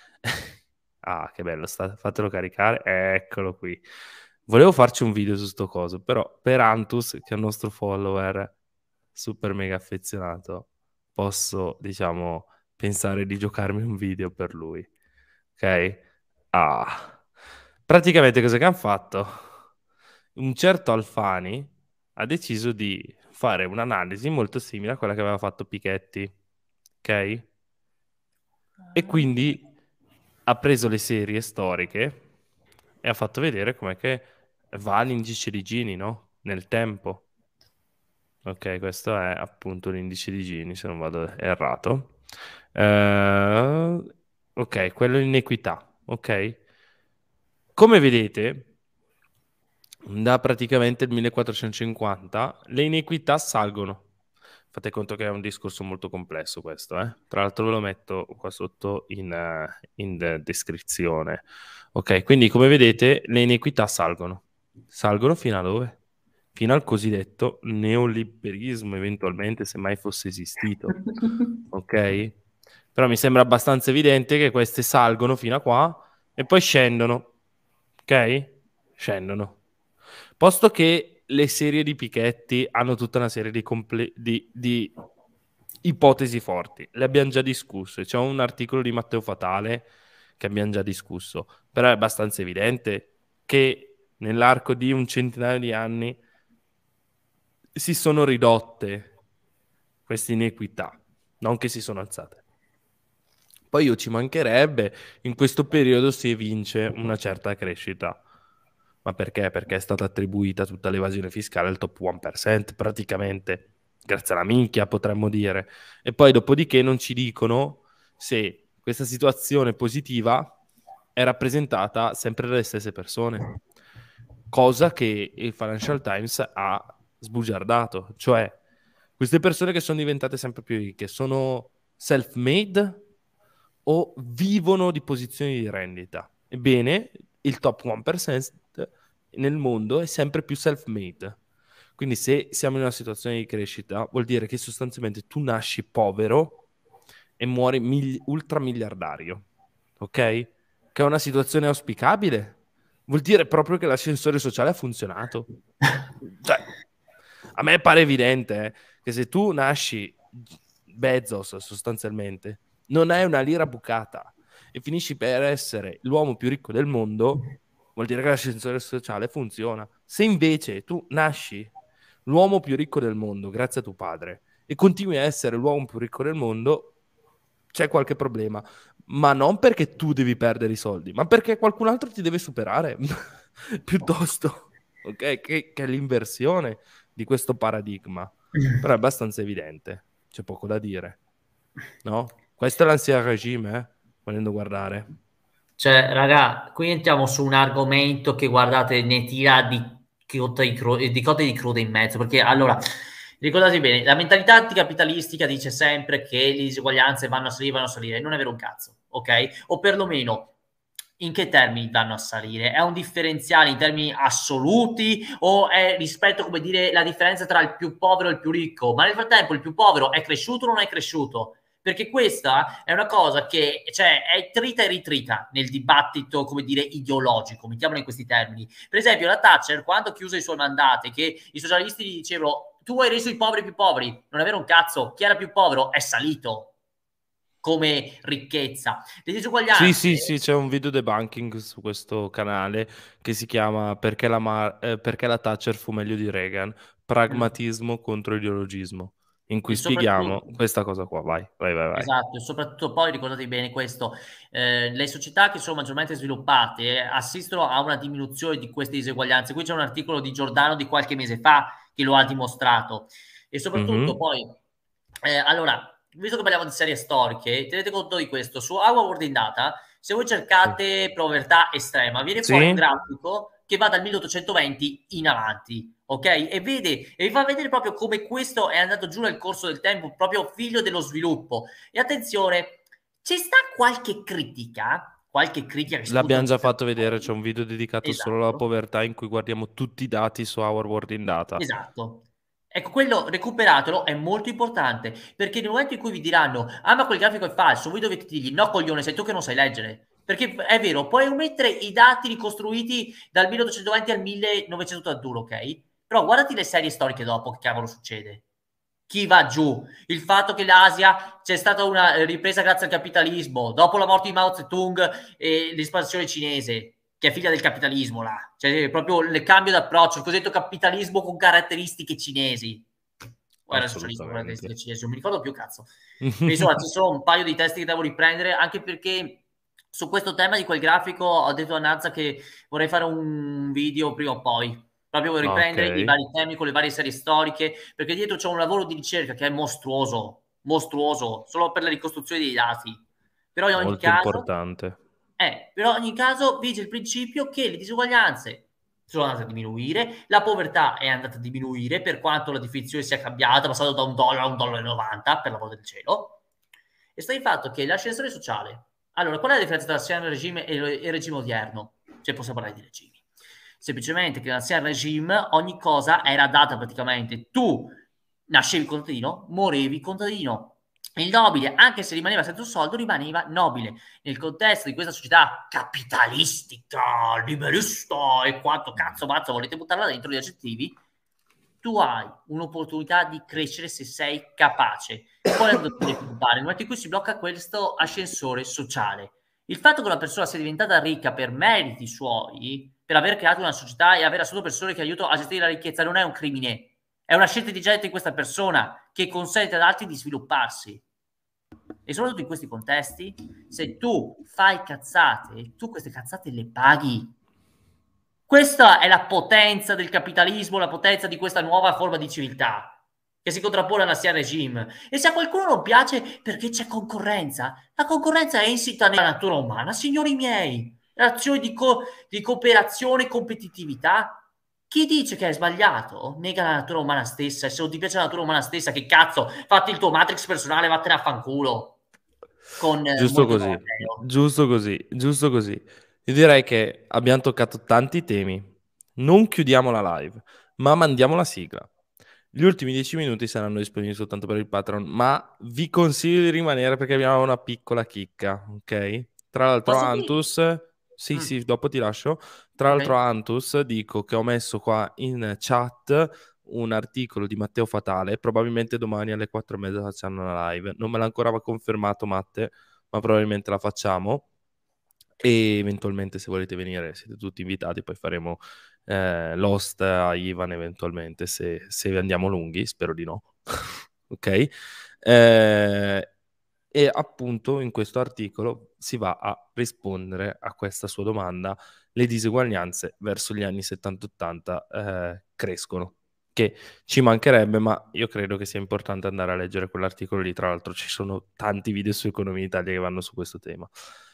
Ah, che bello, fatelo caricare. Eccolo qui. Volevo farci un video su sto coso, però per Antus, che è il nostro follower super mega affezionato, posso, diciamo, pensare di giocarmi un video per lui. Ok? Ah. Praticamente cosa che hanno fatto? Un certo Alfani ha deciso di fare un'analisi molto simile a quella che aveva fatto Piketty, ok? E quindi ha preso le serie storiche e ha fatto vedere com'è che va l'indice di Gini, no? Nel tempo. Ok, questo è appunto l'indice di Gini, se non vado errato. Ok, quello in equità, ok? Come vedete, da praticamente il 1450 le inequità salgono. Fate conto che è un discorso molto complesso questo, eh? Tra l'altro ve lo metto qua sotto in descrizione. Ok, quindi come vedete le inequità salgono. Salgono fino a dove? Fino al cosiddetto neoliberismo, eventualmente, se mai fosse esistito. Ok? Però mi sembra abbastanza evidente che queste salgono fino a qua e poi scendono. Ok? Scendono. Posto che le serie di Piketty hanno tutta una serie di ipotesi forti, le abbiamo già discusse. C'è un articolo di Matteo Fatale che abbiamo già discusso, però è abbastanza evidente che nell'arco di un centinaio di anni si sono ridotte queste inequità, non che si sono alzate. Poi io ci mancherebbe, in questo periodo si evince una certa crescita. Ma perché? Perché è stata attribuita tutta l'evasione fiscale al top 1%, praticamente, grazie alla minchia potremmo dire. E poi dopodiché non ci dicono se questa situazione positiva è rappresentata sempre dalle stesse persone. Cosa che il Financial Times ha sbugiardato, cioè queste persone che sono diventate sempre più ricche sono self-made o vivono di posizioni di rendita? Ebbene, il top 1% nel mondo è sempre più self-made. Quindi se siamo in una situazione di crescita, vuol dire che sostanzialmente tu nasci povero e muori ultramiliardario, ok? Che è una situazione auspicabile. Vuol dire proprio che l'ascensore sociale ha funzionato. Cioè, a me pare evidente che se tu nasci Bezos sostanzialmente, non hai una lira bucata e finisci per essere l'uomo più ricco del mondo, vuol dire che l'ascensore sociale funziona. Se invece tu nasci l'uomo più ricco del mondo grazie a tuo padre e continui a essere l'uomo più ricco del mondo, c'è qualche problema. ma non perché tu devi perdere i soldi, ma perché qualcun altro ti deve superare, piuttosto, ok? Che è l'inversione di questo paradigma. Però è abbastanza evidente, c'è poco da dire, no? Questo è l'ancien regime, volendo guardare. Cioè, raga, qui entriamo su un argomento che, guardate, ne tira di cotte di crude in mezzo, perché allora, ricordate bene, la mentalità anticapitalistica dice sempre che le disuguaglianze vanno a salire, non è vero un cazzo, ok? O perlomeno, in che termini vanno a salire? È un differenziale in termini assoluti o è rispetto, come dire, la differenza tra il più povero e il più ricco? Ma nel frattempo il più povero è cresciuto o non è cresciuto? Perché questa è una cosa che, cioè, è trita e ritrita nel dibattito, come dire, ideologico, mettiamolo in questi termini. Per esempio, la Thatcher, quando ha chiuso i suoi mandati, che i socialisti gli dicevano tu hai reso i poveri più poveri, non è vero un cazzo, chi era più povero è salito come ricchezza. Le Sì, disuguaglianze... sì, sì, c'è un video debunking su questo canale che si chiama Perché la Thatcher fu meglio di Reagan, pragmatismo contro ideologismo, in E cui spieghiamo soprattutto, questa cosa qua. Vai, vai, vai, vai. esatto, e soprattutto poi ricordatevi bene questo, le società che sono maggiormente sviluppate assistono a una diminuzione di queste diseguaglianze. Qui c'è un articolo di Giordano di qualche mese fa che lo ha dimostrato. E soprattutto Mhm, poi, allora, visto che parliamo di serie storiche, tenete conto di questo, su Our World in Data, se voi sì. cercate povertà estrema, viene fuori un Sì? grafico che va dal 1820 in avanti, ok? E vi fa vedere proprio come questo è andato giù nel corso del tempo, proprio figlio dello sviluppo. E attenzione, ci sta qualche critica che sputa L'abbiamo un già po' per fatto vedere, c'è fuori. un video dedicato solo alla Esatto, povertà in cui guardiamo tutti i dati su Our World in Data. esatto. Ecco, quello recuperatelo è molto importante perché nel momento in cui vi diranno ah ma quel grafico è falso, voi dovete dirgli no coglione, sei tu che non sai leggere. Perché è vero, puoi omettere i dati ricostruiti dal 1820 al 1981, ok? Però guardati le serie storiche dopo, che cavolo succede. Chi va giù? Il fatto che l'Asia c'è stata una ripresa grazie al capitalismo, dopo la morte di Mao Zedong e l'espansione cinese, che è figlia del capitalismo là, cioè proprio il cambio d'approccio, il cosiddetto capitalismo con caratteristiche cinesi. O era il socialismo con Assolutamente. caratteristiche cinesi, non mi ricordo più cazzo. Quindi, insomma, ci sono un paio di testi che devo riprendere, anche perché su questo tema di quel grafico ho detto a Nazza che vorrei fare un video prima o poi. Proprio per Ok, riprendere i vari temi con le varie serie storiche, perché dietro c'è un lavoro di ricerca che è mostruoso, mostruoso, solo per la ricostruzione dei dati. molto importante. Però in ogni caso vige il principio che le disuguaglianze sono andate a diminuire, la povertà è andata a diminuire, per quanto la definizione sia cambiata, passando da $1 a $1,90, per l'amor del cielo. E sta il fatto che l'ascensore sociale... Allora, qual è la differenza tra l'ancien regime e il regime odierno? Se possiamo parlare di regimi. Semplicemente che nell'ancien regime ogni cosa era data praticamente. Tu nascevi contadino, morivi contadino. Il nobile, anche se rimaneva senza un soldo, rimaneva nobile. Nel contesto di questa società capitalistica, liberista e quanto cazzo mazzo volete buttarla dentro gli aggettivi, tu hai un'opportunità di crescere se sei capace. Poi non ti devi preoccupare, nel momento in cui si blocca questo ascensore sociale. Il fatto che una persona sia diventata ricca per meriti suoi, per aver creato una società e aver assunto persone che aiutano a gestire la ricchezza, non è un crimine. È una scelta intelligente di questa persona che consente ad altri di svilupparsi. E soprattutto in questi contesti, se tu fai cazzate, tu queste cazzate le paghi. Questa è la potenza del capitalismo, la potenza di questa nuova forma di civiltà che si contrappone all'ancien regime. E se a qualcuno non piace perché c'è concorrenza, la concorrenza è insita nella natura umana, signori miei. L'azione di cooperazione e competitività. Chi dice che è sbagliato nega la natura umana stessa. E se non ti piace la natura umana stessa, che cazzo, fatti il tuo matrix personale, vattene a fanculo. Con Giusto molto così, domateo. giusto così, giusto così. Io direi che abbiamo toccato tanti temi. Non chiudiamo la live, ma mandiamo la sigla. Gli ultimi 10 minuti saranno disponibili soltanto per il Patreon, ma vi consiglio di rimanere perché abbiamo una piccola chicca, ok? Tra l'altro, Posso dire? Antus, sì, Mm, sì, dopo ti lascio. Tra ok. l'altro, Antus, dico che ho messo qua in chat un articolo di Matteo Fatale, probabilmente domani alle 4:30 facciamo una live. Non me l'ha ancora confermato Matte, ma probabilmente la facciamo. E eventualmente se volete venire siete tutti invitati, poi faremo l'host a Ivan eventualmente se andiamo lunghi, spero di no. Ok? Eh, E appunto in questo articolo si va a rispondere a questa sua domanda: le diseguaglianze verso gli anni 70-80 crescono, che ci mancherebbe, ma io credo che sia importante andare a leggere quell'articolo lì. Tra l'altro ci sono tanti video su Economia Italia che vanno su questo tema.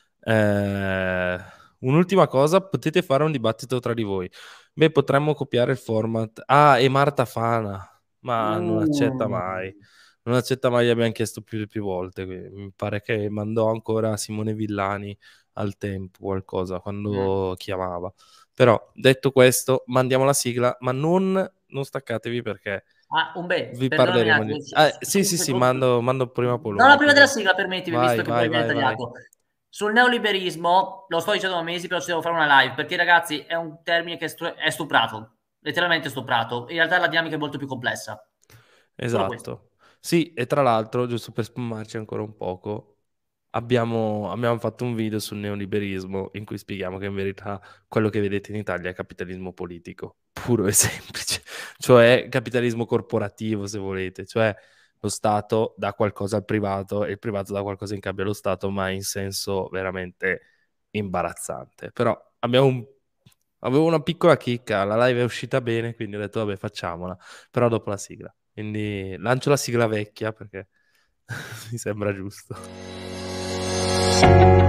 Un'ultima cosa, potete fare un dibattito tra di voi. Beh, potremmo copiare il format. Ah, e Marta Fana, ma non accetta mai. Non accetta mai, gli abbiamo chiesto più e più volte. Mi pare che mandò ancora Simone Villani al tempo qualcosa quando chiamava. Però, detto questo, mandiamo la sigla, ma non staccatevi perché vi Perdonami un parleremo attimo. di... sì, sì, sì, mando prima No, no, prima polemica. della sigla, permettimi, visto Vai, che poi vai, viene vai, vai. tagliato. Sul neoliberismo, lo sto dicendo da mesi, però ci devo fare una live, perché ragazzi è un termine che è stuprato, letteralmente stuprato. In realtà la dinamica è molto più complessa. Solo questo. Esatto. Sì, e tra l'altro, giusto per sfumarci ancora un poco, abbiamo fatto un video sul neoliberismo in cui spieghiamo che in verità quello che vedete in Italia è capitalismo politico, puro e semplice, cioè capitalismo corporativo, se volete, cioè lo Stato dà qualcosa al privato e il privato dà qualcosa in cambio allo Stato, ma in senso veramente imbarazzante. Però avevo una piccola chicca, la live è uscita bene, quindi ho detto vabbè facciamola, però dopo la sigla. Quindi lancio la sigla vecchia perché mi sembra giusto.